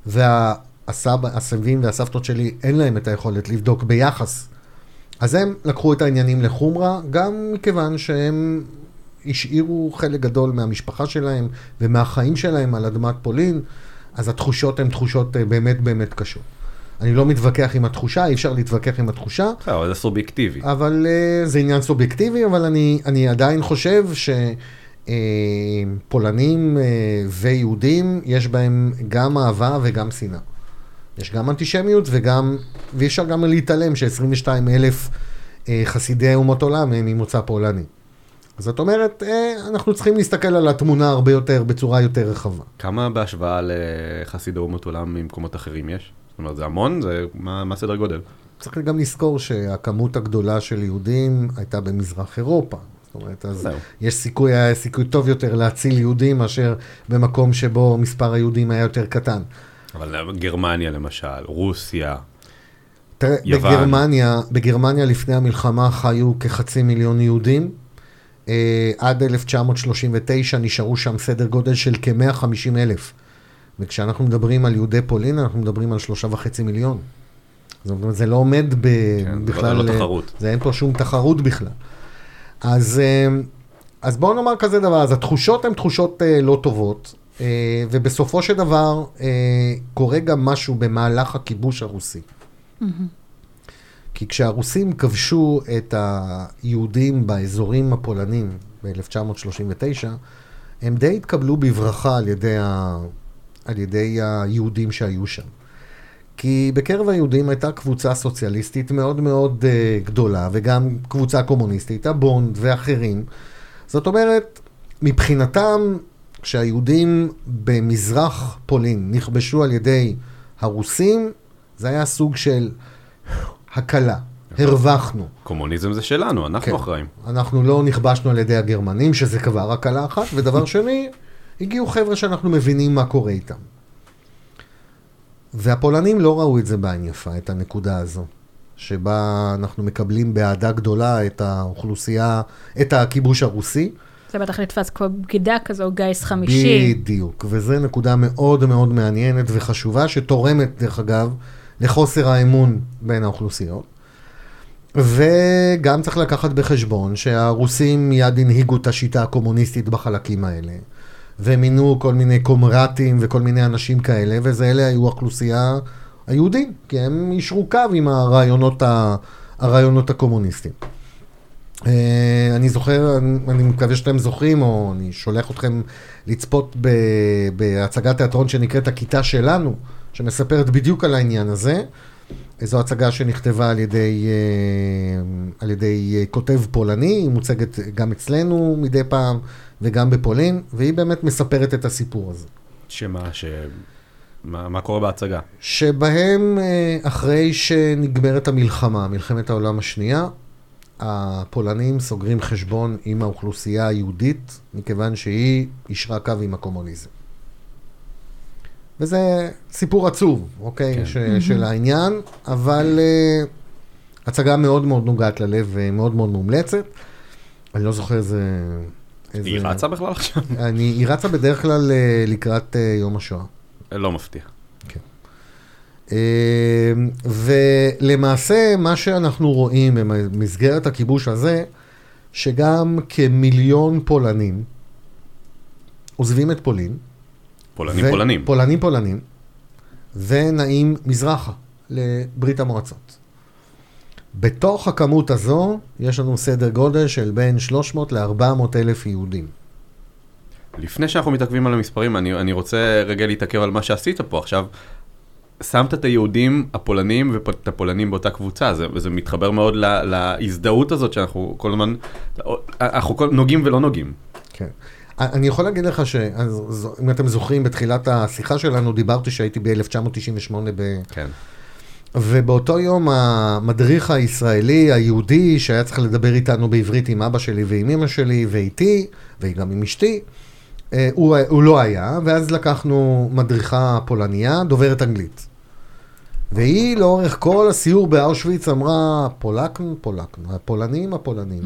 והסבים והסבתות שלי אין להם את היכולת לבדוק ביחס, אז הם לקחו את העניינים לחומרה, גם מכיוון שהם השאירו חלק גדול מהמשפחה שלהם ומהחיים שלהם על אדמת פולין, אז התחושות הן תחושות באמת באמת קשות. אני לא מתווכח עם התחושה, אי אפשר להתווכח עם התחושה. אבל זה סובייקטיבי. אבל זה עניין סובייקטיבי, אבל אני עדיין חושב שפולנים ויהודים, יש בהם גם אהבה וגם שנאה. יש גם אנטישמיות וגם, ואי אפשר גם להתעלם ש22,000 חסידי אומות עולם הם ממוצא פולני. אז זאת אומרת, אנחנו צריכים להסתכל על התמונה הרבה יותר, בצורה יותר רחבה. כמה בהשוואה לחסידי אומות עולם ממקומות אחרים יש? זאת אומרת, זה המון? מה סדר גודל? צריך גם לזכור שהכמות הגדולה של יהודים הייתה במזרח אירופה. זאת אומרת, אז יש סיכוי טוב יותר להציל יהודים מאשר במקום שבו מספר היהודים היה יותר קטן. אבל גרמניה למשל, רוסיה, תראה, בגרמניה לפני המלחמה חיו כ500,000 יהודים. עד 1939 נשארו שם סדר גודל של כ150,000. וכשאנחנו מדברים על יהודי פולין, אנחנו מדברים על 3.5 מיליון. זאת אומרת, זה לא עומד בכלל, זה לא תחרות. זה אין פה שום תחרות בכלל. אז בואו נאמר כזה דבר, אז התחושות הן תחושות לא טובות, ובסופו של דבר קורה גם משהו במהלך הכיבוש הרוסי. כי כשהרוסים כבשו את היהודים באזורים הפולנים ב-1939, הם די התקבלו בברכה על ידי היהודים שהיו שם. כי בקרב היהודים הייתה קבוצה סוציאליסטית מאוד מאוד גדולה, וגם קבוצה קומוניסטית, הבונד ואחרים. זאת אומרת, מבחינתם, כשהיהודים במזרח פולין נכבשו על ידי הרוסים, זה היה סוג של הקלה, הרווחנו. קומוניזם זה שלנו, אנחנו אחראים. אנחנו לא נכבשנו על ידי הגרמנים, שזה כבר הקלה אחת, ודבר שני, הגיעו חבר'ה שאנחנו מבינים מה קורה איתם. והפולנים לא ראו את זה בעין יפה, את הנקודה הזו, שבה אנחנו מקבלים באהדה גדולה את האוכלוסייה, את הכיבוש הרוסי. זה בטח נתפס כמו בגידה כזו, גייס חמישי. בדיוק, וזו נקודה מאוד מאוד מעניינת וחשובה, שתורמת דרך אגב לחוסר האמון בין האוכלוסיות. וגם צריך לקחת בחשבון שהרוסים מיד הנהיגו את השיטה הקומוניסטית בחלקים האלה. ומינו כל מיני קומרטים וכל מיני אנשים כאלה, ואלה היו האוכלוסייה היהודים, כי הם ישרו קו עם הרעיונות הקומוניסטיים. אני זוכר, אני מקווה שאתם זוכרים, או אני שולח אתכם לצפות בהצגת תיאטרון שנקראת הכיתה שלנו, שמספרת בדיוק על העניין הזה. זו הצגה שנכתבה על ידי כותב פולני, היא מוצגת גם אצלנו מדי פעם וגם בפולין, והיא באמת מספרת את הסיפור הזה. מה קורה בהצגה? שבהם אחרי שנגמרת המלחמה, מלחמת העולם השנייה, הפולנים סוגרים חשבון עם האוכלוסייה היהודית, מכיוון שהיא ישרה קו עם הקומוניזם. וזה סיפור עצוב, אוקיי, של העניין, אבל הצגה מאוד מאוד נוגעת ללב ומאוד מאוד מומלצת. אני לא זוכר איזה... היא רצה בכלל עכשיו? היא רצה בדרך כלל לקראת יום השואה. לא מפתיע. כן. ולמעשה מה שאנחנו רואים במסגרת הכיבוש הזה, שגם כמיליון פולנים עוזבים את פולין. פולנים. ונעים מזרחה לברית המועצות. בתוך הכמות הזו יש לנו סדר גודל של בין 300 ל-400 אלף יהודים. לפני שאנחנו מתעכבים על המספרים, אני רוצה רגע להתעכב על מה שעשית פה. עכשיו, שמת את היהודים הפולנים ואת הפולנים באותה קבוצה, וזה מתחבר מאוד להזדהות הזאת שאנחנו כל הזמן, אנחנו נוגעים ולא נוגעים. כן. אני יכול להגיד לך שאם אתם זוכרים, בתחילת השיחה שלנו דיברתי שהייתי ב-1998 כן. ובאותו יום המדריך הישראלי, היהודי, שהיה צריך לדבר איתנו בעברית עם אבא שלי ועם אמא שלי ואיתי, וגם עם אשתי, הוא לא היה, ואז לקחנו מדריכה פולניה, דוברת אנגלית. והיא לאורך כל הסיור באושוויץ אמרה, הפולנים.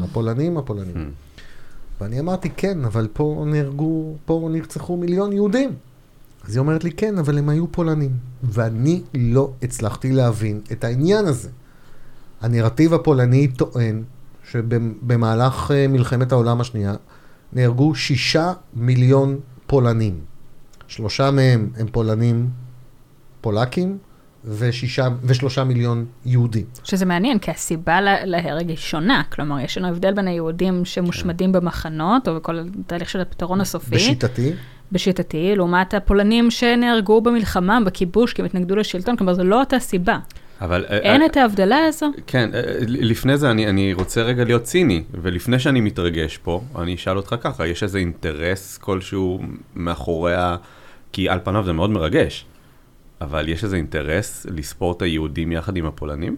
ואני אמרתי, כן, אבל פה נרצחו מיליון יהודים. אז היא אומרת לי, כן, אבל הם היו פולנים. ואני לא הצלחתי להבין את העניין הזה. הנרטיב הפולני טוען שבמהלך מלחמת העולם השנייה נהרגו 6 מיליון פולנים. 3 מהם הם פולנים פולקים, ו3 מיליון יהודים. שזה מעניין, כי הסיבה להרג היא שונה. כלומר, יש לנו הבדל בין היהודים שמושמדים במחנות, או בכל תהליך של הפתרון הסופי. בשיטתי, לעומת הפולנים שנהרגו במלחמה, בכיבוש, כי הם התנגדו לשלטון. כלומר, זו לא אותה סיבה. אבל, אין את ההבדלה הזו? כן, לפני זה אני רוצה רגע להיות ציני, ולפני שאני מתרגש פה, אני אשאל אותך ככה, יש איזה אינטרס כלשהו מאחוריה, כי על פניו זה מאוד מרגש, אבל יש איזה אינטרס לספור את היהודים יחד עם הפולנים?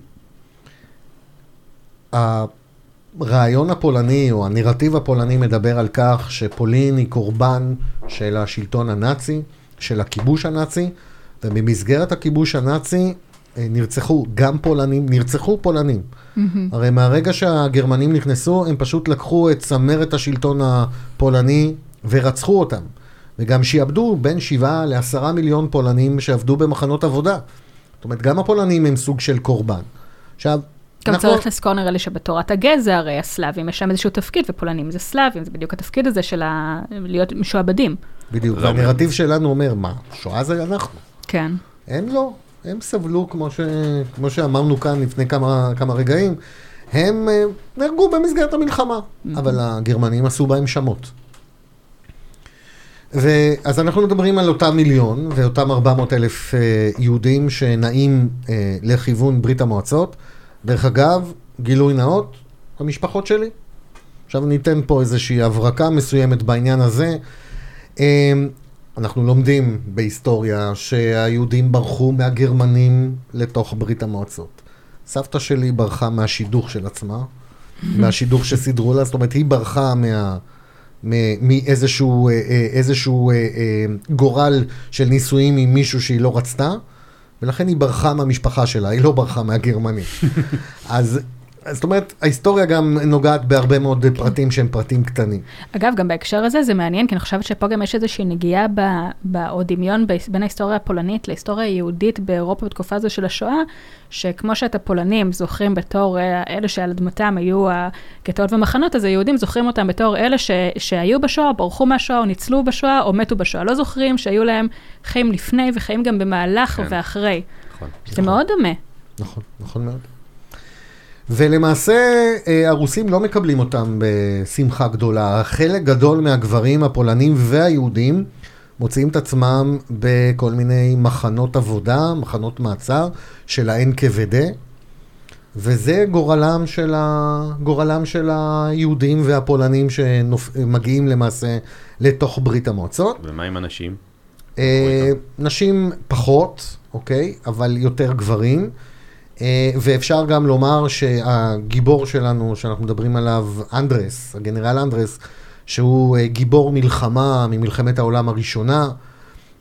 הרעיון הפולני, או הנרטיב הפולני מדבר על כך שפולין היא קורבן של השלטון הנאצי, של הכיבוש הנאצי, ובמסגרת הכיבוש הנאצי נרצחו גם פולנים, הרי מהרגע שהגרמנים נכנסו, הם פשוט לקחו את צמרת השלטון הפולני ורצחו אותם. וגם שיעבדו בין 7 ל10 מיליון פולנים שעבדו במחנות עבודה. זאת אומרת, גם הפולנים הם סוג של קורבן. עכשיו, גם צריך לזכור נראה לי שבתורת הגזע, הרי הסלאבים יש שם איזשהו תפקיד, ופולנים זה סלאבים, זה בדיוק התפקיד הזה של להיות משועבדים. בדיוק, והנרטיב שלנו אומר, מה, שואה זה אנחנו. כן. הם לא, הם סבלו כמו שאמרנו כאן לפני כמה רגעים, הם נהרגו במסגרת המלחמה, אבל הגרמנים עשו בהם שמות. אז אנחנו מדברים על אותם מיליון ואותם 400,000 יהודים שנעים לכיוון ברית המועצות. דרך אגב, גילוי נאות, המשפחות שלי. עכשיו ניתן פה איזושהי הברקה מסוימת בעניין הזה. אנחנו לומדים בהיסטוריה שהיהודים ברחו מהגרמנים לתוך ברית המועצות. סבתא שלי ברחה מהשידוך של עצמה, מהשידוך שסידרו לה, זאת אומרת היא ברחה מאיזשהו גורל של נישואים עם מישהו שהיא לא רצתה, ולכן היא ברחה מהמשפחה שלה, היא לא ברחה מהגרמנים. אז זאת אומרת, ההיסטוריה גם נוגעת בהרבה מאוד פרטים שהם פרטים קטנים. אגב, גם בהקשר הזה זה מעניין, כי אני חושבת שפה גם יש איזושהי נגיעה או דמיון בין ההיסטוריה הפולנית להיסטוריה היהודית באירופה בתקופה הזו של השואה, שכמו שאת הפולנים זוכרים בתור אלה שעל אדמתם היו הגטאות ומחנות, אז היהודים זוכרים אותם בתור אלה שהיו בשואה, ברחו מהשואה, או ניצלו בשואה, או מתו בשואה. לא זוכרים שהיו להם חיים לפני וחיים גם במהלך ואחרי. זה מאוד דומה. נכון, נכון מאוד. ולמעשה הרוסים לא מקבלים אותם בשמחה גדולה. חלק גדול מהגברים הפולנים והיהודים מוצאים את עצמם בכל מיני מחנות עבודה, מחנות מעצר של ה-NKVD, וזה גורלם של היהודים והפולנים שמגיעים למעשה לתוך ברית המועצות. ומה עם הנשים? נשים פחות, אוקיי, אבל יותר גברים. ואפשר גם לומר שהגיבור שלנו, שאנחנו מדברים עליו, אנדרס, הגנרל אנדרס, שהוא גיבור מלחמה ממלחמת העולם הראשונה,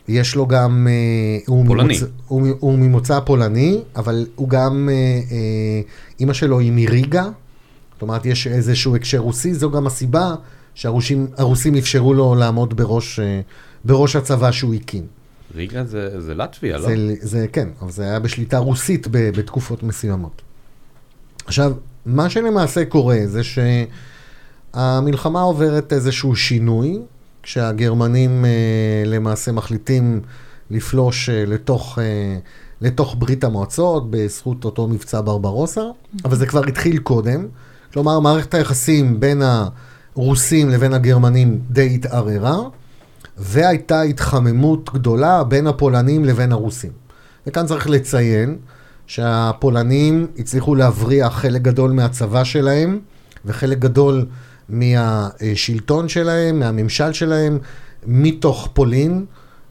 יש לו גם... פולני. הוא ממוצא פולני, אבל הוא גם... אמא שלו היא מריגה, זאת אומרת, יש איזשהו הקשר רוסי, זו גם הסיבה שהרוסים אפשרו לו לעמוד בראש הצבא שהוא הקים. ריגה זה לטביה, לא? זה כן, אבל זה היה בשליטה רוסית בתקופות מסוימות. עכשיו, מה שלמעשה קורה זה שהמלחמה עוברת איזשהו שינוי, כשהגרמנים למעשה מחליטים לפלוש לתוך ברית המועצות, בזכות אותו מבצע ברברוסה, אבל זה כבר התחיל קודם. כלומר, מערכת היחסים בין הרוסים לבין הגרמנים די התערערה, והייתה התחממות גדולה בין הפולנים לבין הרוסים. וכאן צריך לציין שהפולנים הצליחו להבריח חלק גדול מהצבא שלהם, וחלק גדול מהשלטון שלהם, מהממשל שלהם, מתוך פולין,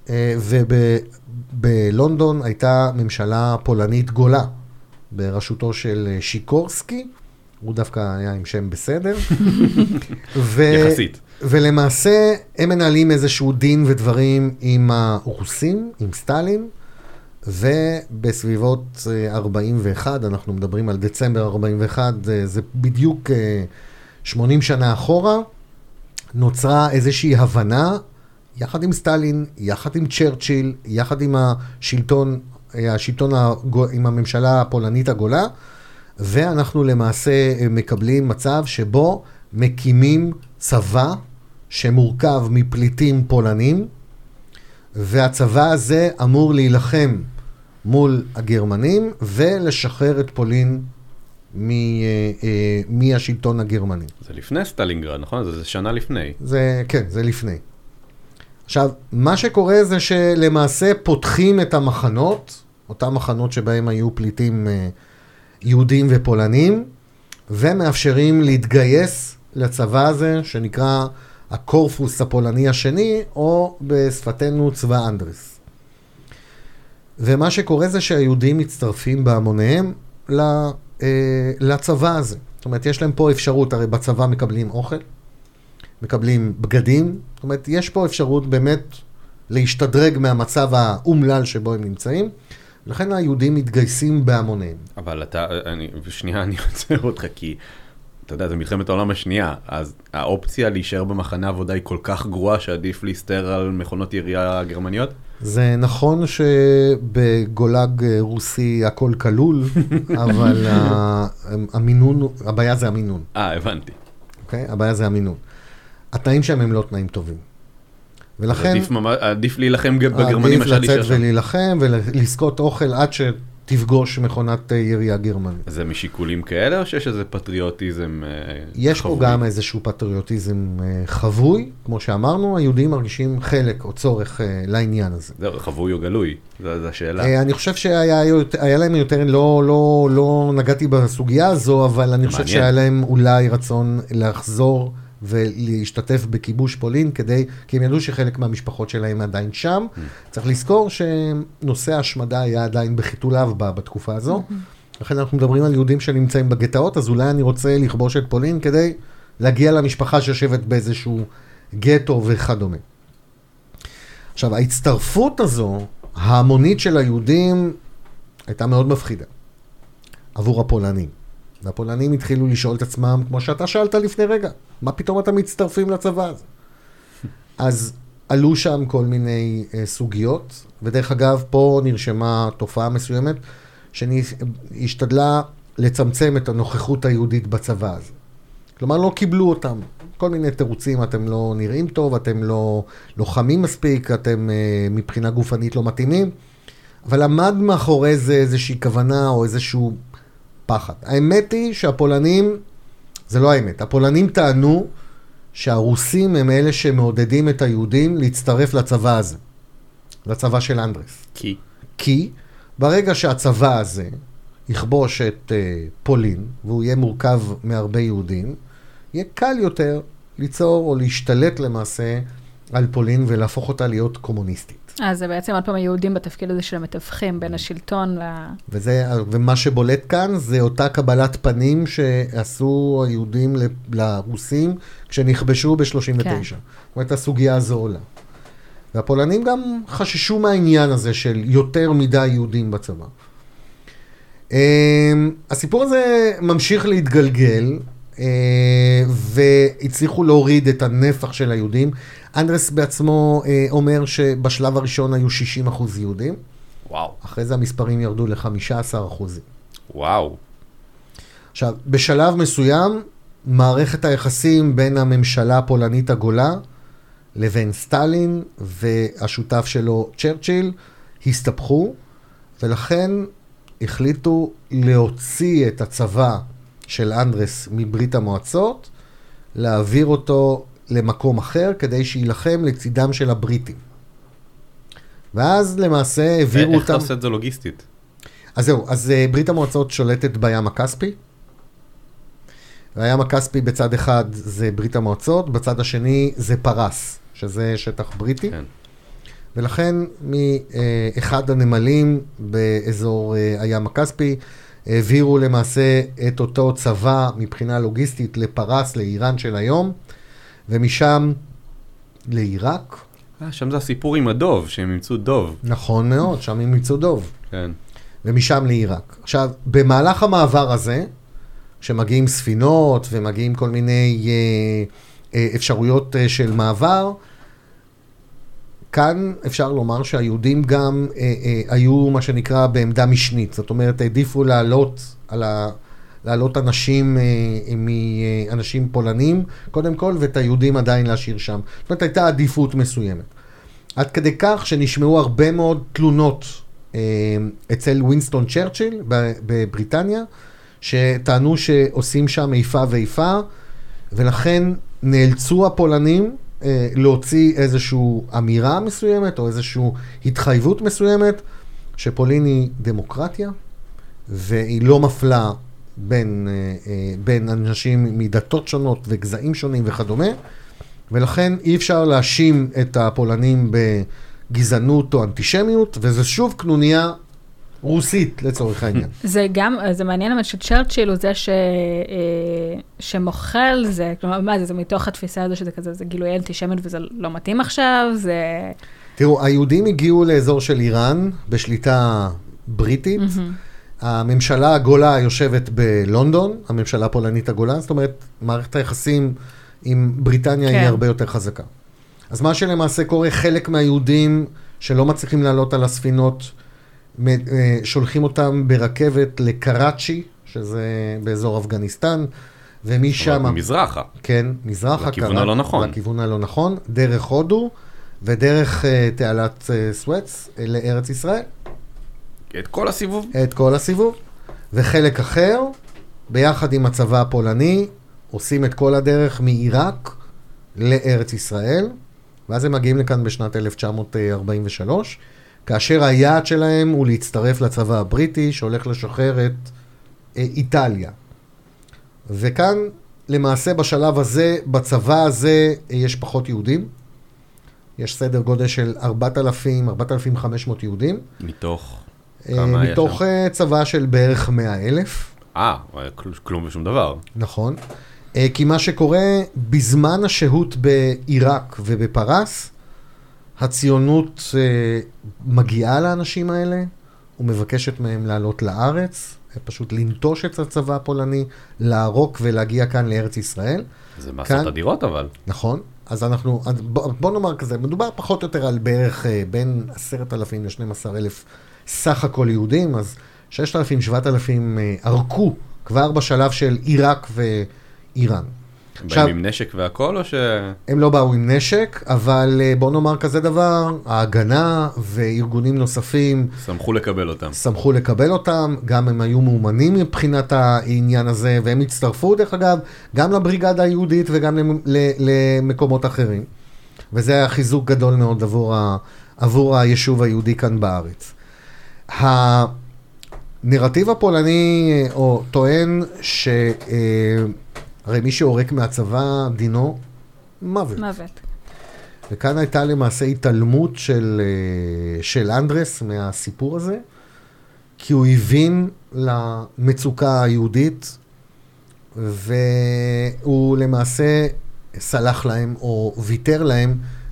ובלונדון הייתה ממשלה פולנית גולה, בראשותו של שיקורסקי, הוא דווקא היה עם שם בסדר. יחסית. ולמעשה הם מנהלים איזשהו דין ודברים עם הרוסים, עם סטלין, ובסביבות 41, אנחנו מדברים על דצמבר 41, זה בדיוק 80 שנה אחורה, נוצרה איזושהי הבנה, יחד עם סטלין, יחד עם צ'רצ'יל, יחד עם השלטון עם הממשלה הפולנית הגולה, ואנחנו למעשה מקבלים מצב שבו מקימים צבא שמורכב מפליטים פולנים, והצבא הזה אמור להילחם מול הגרמנים ולשחרר את פולין מהשלטון הגרמני. זה לפני סטלינגרד, נכון? זה שנה לפני. כן, זה לפני. עכשיו, מה שקורה זה שלמעשה פותחים את המחנות, אותם מחנות שבהם היו פליטים יהודים ופולנים, ומאפשרים להתגייס לצבא הזה, שנקרא הקורפוס הפולני השני, או בשפתנו צבא אנדרס. ומה שקורה זה שהיהודים מצטרפים בהמוניהם לצבא הזה. זאת אומרת, יש להם פה אפשרות, הרי בצבא מקבלים אוכל, מקבלים בגדים, זאת אומרת, יש פה אפשרות באמת להשתדרג מהמצב האומלל שבו הם נמצאים, לכן היהודים מתגייסים בהמוניהם. אבל שנייה, אני עוצר אותך, כי אתה יודע, זה מלחמת העולם השנייה, אז האופציה להישאר במחנה עבודה היא כל כך גרועה שעדיף להסתר על מכונות ירייה גרמניות? זה נכון שבגולג רוסי הכל כלול, אבל המינון, הבעיה זה המינון. הבנתי. אוקיי? הבעיה זה המינון. התנאים שם הם לא תנאים טובים. ולכן... עדיף להילחם בגרמנים עדיף לצאת ולהילחם ולזכות אוכל עד שתפגוש מכונת ירייה גרמנית. זה משיקולים כאלה או שיש איזה פטריוטיזם חבוי? יש פה גם איזשהו פטריוטיזם חבוי, כמו שאמרנו, היהודים מרגישים חלק או צורך לעניין הזה. זה חבוי או גלוי, זו השאלה. אני חושב שהיה להם יותר, לא נגעתי בסוגיה הזו, אבל אני חושב שהיה להם אולי רצון לחזור ולהשתתף בכיבוש פולין, כי הם ידעו שחלק מהמשפחות שלהם עדיין שם. צריך לזכור שנושא ההשמדה היה עדיין בחיתוליו בתקופה הזו. לכן אנחנו מדברים על יהודים שנמצאים בגטאות, אז אולי אני רוצה לכבוש את פולין כדי להגיע למשפחה שיושבת באיזשהו גטו וכדומה. עכשיו, ההצטרפות הזו, ההמונית של היהודים, הייתה מאוד מפחידה עבור הפולנים. והפולנים התחילו לשאול את עצמם, כמו שאתה שאלת לפני רגע, מה פתאום אתם מצטרפים לצבא הזה? אז עלו שם כל מיני סוגיות, ודרך אגב, פה נרשמה תופעה מסוימת, שהשתדלה לצמצם את הנוכחות היהודית בצבא הזה. כלומר, לא קיבלו אותם. כל מיני תירוצים, אתם לא נראים טוב, אתם לא לוחמים מספיק, אתם מבחינה גופנית לא מתאימים, אבל עמד מאחורי זה איזושהי כוונה או איזשהו פחד. האמת היא שהפולנים, זה לא האמת, הפולנים טענו שהרוסים הם אלה שמעודדים את היהודים להצטרף לצבא הזה, לצבא של אנדרס. כי ברגע שהצבא הזה יכבוש את פולין, והוא יהיה מורכב מהרבה יהודים, יהיה קל יותר ליצור או להשתלט למעשה על פולין ולהפוך אותה להיות קומוניסטית. אז זה בעצם עוד פעם היהודים בתפקיד הזה של המתווכים בין השלטון ומה שבולט כאן זה אותה קבלת פנים שעשו היהודים לרוסים כשנכבשו ב-39. זאת אומרת, הסוגיה הזו עולה. והפולנים גם חששו מהעניין הזה של יותר מדי יהודים בצבא. הסיפור הזה ממשיך להתגלגל, והצליחו להוריד את הנפח של היהודים. אנדרס בעצמו אומר שבשלב הראשון היו 60% יהודים. וואו. אחרי זה המספרים ירדו ל-15%. וואו. עכשיו, בשלב מסוים, מערכת היחסים בין הממשלה הפולנית הגולה לבין סטלין והשותף שלו צ'רצ'יל הסתבכו, ולכן החליטו להוציא את הצבא של אנדרס מברית המועצות, להעביר אותו למקום אחר כדי שילחם לצידם של הבריטים. ואז למעשה העבירו אותם... איך אתה עושה את זה לוגיסטית? אז זהו, אז ברית המועצות שולטת בים הכספי. והים הכספי בצד אחד זה ברית המועצות, בצד השני זה פרס, שזה שטח בריטי. כן. ולכן מאחד הנמלים באזור הים הכספי, העבירו למעשה את אותו צבא מבחינה לוגיסטית לפרס, לאיראן של היום, ומשם לעיראק. שם זה הסיפור עם הדוב, שהם ימצאו דוב. נכון מאוד, שם הם ימצאו דוב. כן. ומשם לעיראק. עכשיו, במהלך המעבר הזה, שמגיעים ספינות ומגיעים כל מיני אפשרויות של מעבר, כאן אפשר לומר שהיהודים גם היו מה שנקרא בעמדה משנית. זאת אומרת, העדיפו לעלות אנשים מאנשים פולנים, קודם כל, ואת היהודים עדיין להשאיר שם. זאת אומרת, הייתה עדיפות מסוימת. עד כדי כך שנשמעו הרבה מאוד תלונות אצל ווינסטון צ'רצ'יל בבריטניה, שטענו שעושים שם איפה ואיפה, ולכן נאלצו הפולנים להוציא איזושהי אמירה מסוימת, או איזושהי התחייבות מסוימת, שפולין היא דמוקרטיה, והיא לא מפלה בין אנשים מדתות שונות וגזעים שונים וכדומה, ולכן אי אפשר להאשים את הפולנים בגזענות או אנטישמיות, וזה שוב קנוניה רוסית לצורך העניין. זה מעניין אבל שצ'רצ'יל הוא זה שמוכל זה, כלומר, מה זה? זה מתוך התפיסה הזו שזה כזה, זה גילוי אנטישמיות וזה לא מתאים עכשיו, זה... תראו, היהודים הגיעו לאזור של איראן בשליטה בריטית, הממשלה הגולה יושבת בלונדון, הממשלה הפולנית הגולה, זאת אומרת, מערכת היחסים עם בריטניה היא הרבה יותר חזקה. אז מה שלמעשה קורה, חלק מהיהודים שלא מצליחים לעלות על הספינות, שולחים אותם ברכבת לקראצ'י, שזה באזור אפגניסטן, ומשם... מזרחה. כן, מזרחה. לכיוון הלא נכון. לכיוון הלא נכון, דרך הודו, ודרך תעלת סואץ לארץ ישראל. את כל הסיבוב? את כל הסיבוב. וחלק אחר, ביחד עם הצבא הפולני, עושים את כל הדרך מעיראק לארץ ישראל, ואז הם מגיעים לכאן בשנת 1943, כאשר היעד שלהם הוא להצטרף לצבא הבריטי, שהולך לשחרר את איטליה. וכאן, למעשה בשלב הזה, בצבא הזה, יש פחות יהודים. יש סדר גודל של 4,500 יהודים. מתוך כמה היה מתוך צבא של בערך 100,000. כלום ושום דבר. נכון. כי מה שקורה, בזמן השהות בעיראק ובפרס, הציונות מגיעה לאנשים האלה, ומבקשת מהם לעלות לארץ, פשוט לנטוש את הצבא הפולני, לערוק ולהגיע כאן לארץ ישראל. זה מסות אדירות אבל. נכון. אז בוא נאמר כזה, מדובר פחות או יותר על בערך בין 10,000 ל-12,000 סך הכל יהודים, אז 6,000-7,000 ערקו כבר בשלב של עיראק ואיראן. הם באים עם נשק והכל או ש... הם לא באו עם נשק, אבל בוא נאמר כזה דבר, ההגנה וארגונים נוספים... שמחו לקבל אותם, גם הם היו מאומנים מבחינת העניין הזה, והם הצטרפו דרך אגב, גם לבריגדה היהודית וגם למקומות אחרים. וזה היה חיזוק גדול מאוד עבור היישוב היהודי כאן בארץ. הנרטיב הפולני טוען הרי מי שעורק מהצבא, דינו, מוות. וכאן הייתה למעשה התעלמות של אנדרס מהסיפור הזה, כי הוא הבין למצוקה היהודית, והוא למעשה סלח להם או ויתר להם,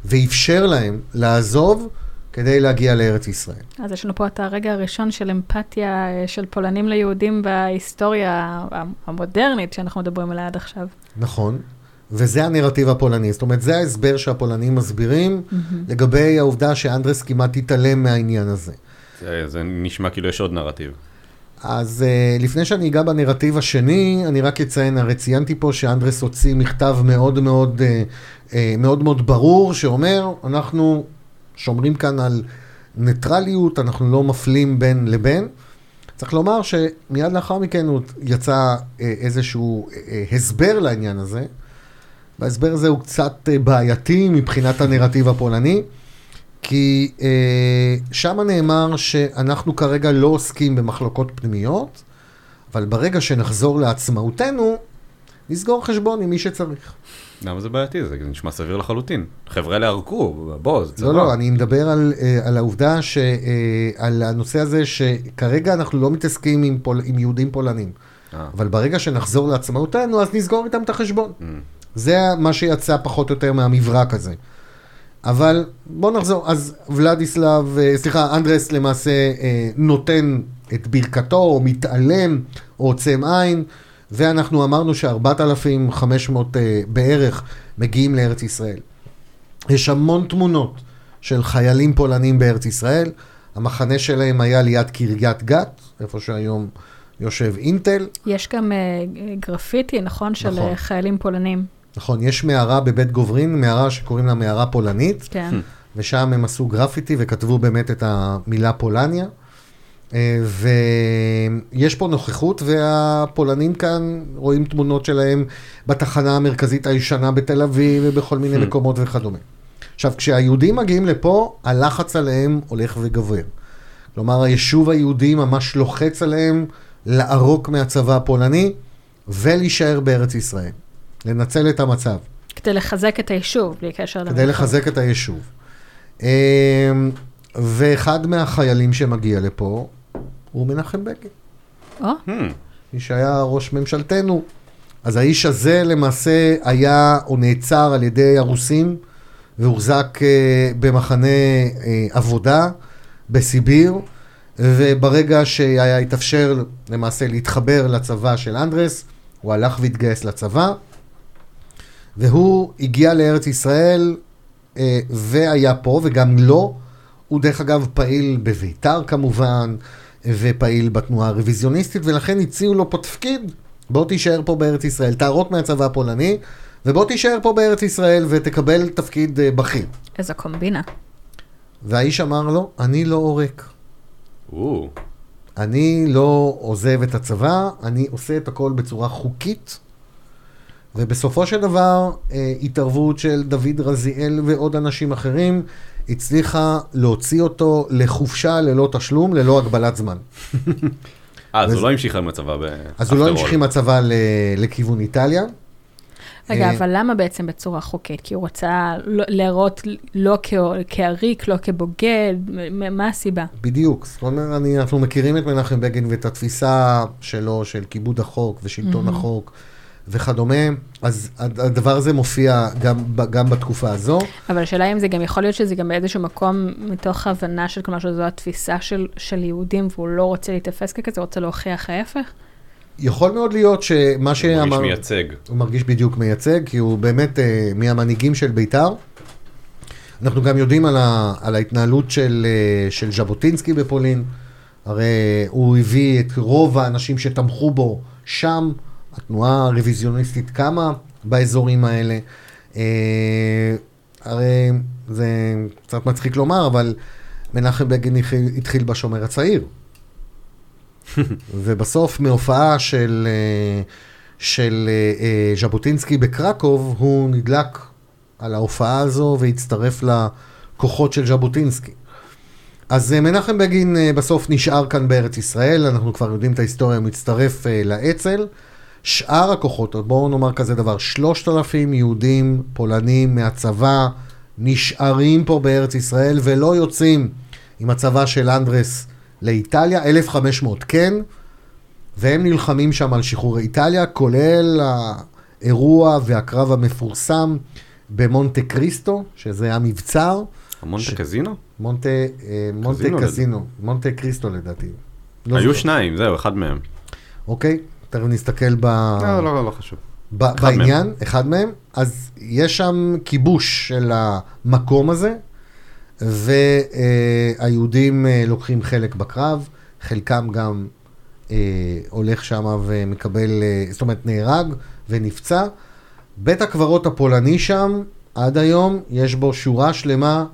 ואפשר להם לעזוב כדי להגיע לארץ ישראל. אז יש לנו פה את הרגע הראשון של אמפתיה של פולנים ליהודים בהיסטוריה המודרנית שאנחנו מדברים עליה עד עכשיו. נכון, וזה הנרטיב הפולני. זאת אומרת, זה ההסבר שהפולנים מסבירים לגבי העובדה שאנדרס כמעט התעלם מהעניין הזה. זה נשמע כאילו יש עוד נרטיב. אז לפני שאני אגע בנרטיב השני, אני רק אציין, הרי ציינתי פה שאנדרס הוציא מכתב מאוד מאוד, מאוד מאוד ברור, שאומר, אנחנו שומרים כאן על ניטרליות, אנחנו לא מפלים בין לבין. צריך לומר שמיד לאחר מכן הוא יצא איזשהו הסבר לעניין הזה, וההסבר הזה הוא קצת בעייתי מבחינת הנרטיב הפולני, כי שם נאמר שאנחנו כרגע לא עוסקים במחלוקות פנימיות, אבל ברגע שנחזור לעצמאותנו, נסגור חשבון עם מי שצריך. למה זה בעייתי? זה נשמע סביר לחלוטין. חבר'ה להרקו, בוא, זה צבא. לא, אני מדבר על העובדה על הנושא הזה שכרגע אנחנו לא מתעסקים עם יהודים פולנים. אבל ברגע שנחזור לעצמאותנו, אז נסגור איתם את החשבון. זה מה שיצא פחות או יותר מהמברק הזה. אבל בוא נחזור, אז אנדרס למעשה נותן את ברכתו, או מתעלם, או עוצם עין, ואנחנו אמרנו ש4,500 בערך מגיעים לארץ ישראל. יש המון תמונות של חיילים פולנים בארץ ישראל, המחנה שלהם היה ליד קריית גת, איפה שהיום יושב אינטל. יש גם גרפיטי, נכון, של חיילים פולנים. נכון, יש מערה בבית גוברין, מערה שקוראים לה מערה פולנית, כן. ושם הם עשו גרפיטי וכתבו באמת את המילה פולניה, ויש פה נוכחות, והפולנים כאן רואים תמונות שלהם בתחנה המרכזית הישנה בתל אביב, ובכל מיני מקומות וכדומה. עכשיו, כשהיהודים מגיעים לפה, הלחץ עליהם הולך וגבר. כלומר, היישוב היהודי ממש לוחץ עליהם לערוק מהצבא הפולני, ולהישאר בארץ ישראל. לנצל את המצב. כדי לחזק את היישוב, בלי קשר למלחמה. כדי לחזק את היישוב. ואחד מהחיילים שמגיע לפה, הוא מנחם בגין. איש היה ראש ממשלתנו. אז האיש הזה למעשה היה, או נעצר על ידי הרוסים, והוחזק במחנה עבודה בסיביר, וברגע שהיה התאפשר למעשה להתחבר לצבא של אנדרס, הוא הלך והתגייס לצבא, והוא הגיע לארץ ישראל, והיה פה, וגם לא, הוא דרך אגב פעיל בביתר כמובן, ופעיל בתנועה הרוויזיוניסטית, ולכן הציעו לו פה תפקיד, בוא תישאר פה בארץ ישראל, תערוק מהצבא הפולני, ובוא תישאר פה בארץ ישראל ותקבל תפקיד בכיר. איזו קומבינה. והאיש אמר לו, אני לא עורק. אני לא עוזב את הצבא, אני עושה את הכל בצורה חוקית, ובסופו של דבר, התערבות של דוד רזיאל ועוד אנשים אחרים, הצליחה להוציא אותו לחופשה ללא תשלום, ללא הגבלת זמן. אז הוא לא המשיך עם הצבא אז הוא לא המשיך עם הצבא לכיוון איטליה. רגע, אבל למה בעצם בצורה חוקית? כי הוא רצה להראות לא כעריק, לא כבוגד, מה הסיבה? בדיוק. זאת אומרת, אנחנו מכירים את מנחם בגין ואת התפיסה שלו, של כיבוד החוק ושלטון החוק וכדומה, אז הדבר הזה מופיע גם בתקופה הזו. אבל השאלה אם זה גם יכול להיות שזה גם באיזשהו מקום מתוך ההבנה של כלומר שזו התפיסה של יהודים, והוא לא רוצה להתאפס ככזה, הוא רוצה להוכיח ההפך? יכול מאוד להיות שמה שאמר... הוא מרגיש מייצג. הוא מרגיש בדיוק מייצג, כי הוא באמת מהמנהיגים של בית"ר. אנחנו גם יודעים על ההתנהלות של ז'בוטינסקי בפולין. הרי הוא הביא את רוב האנשים שתמכו בו שם, התנועה הרוויזיוניסטית קמה באזורים האלה. הרי זה קצת מצחיק לומר, אבל מנחם בגין התחיל בשומר הצעיר. ובסוף מהופעה של ז'בוטינסקי בקרקוב, הוא נדלק על ההופעה הזו והצטרף לכוחות של ז'בוטינסקי. אז מנחם בגין בסוף נשאר כאן בארץ ישראל, אנחנו כבר יודעים את ההיסטוריה, הוא מצטרף לאצ"ל. שאר הכוחות, בואו נאמר כזה דבר, 3,000 יהודים פולנים מהצבא נשארים פה בארץ ישראל ולא יוצאים עם הצבא של אנדרס לאיטליה, 1,500 כן, והם נלחמים שם על שחרור איטליה, כולל האירוע והקרב המפורסם במונטה קריסטו, שזה המבצר. מונטה קזינו? מונטה קזינו, מונטה קריסטו לדעתי. היו שניים, זהו, אחד מהם. אוקיי, תכף נסתכל לא חשוב. בעניין, אחד מהם. אז יש שם כיבוש של המקום הזה, והיהודים לוקחים חלק בקרב, חלקם גם הולך שם ומקבל, זאת אומרת נהרג ונפצע. בית הקברות הפולני שם, עד היום, יש בו שורה שלמה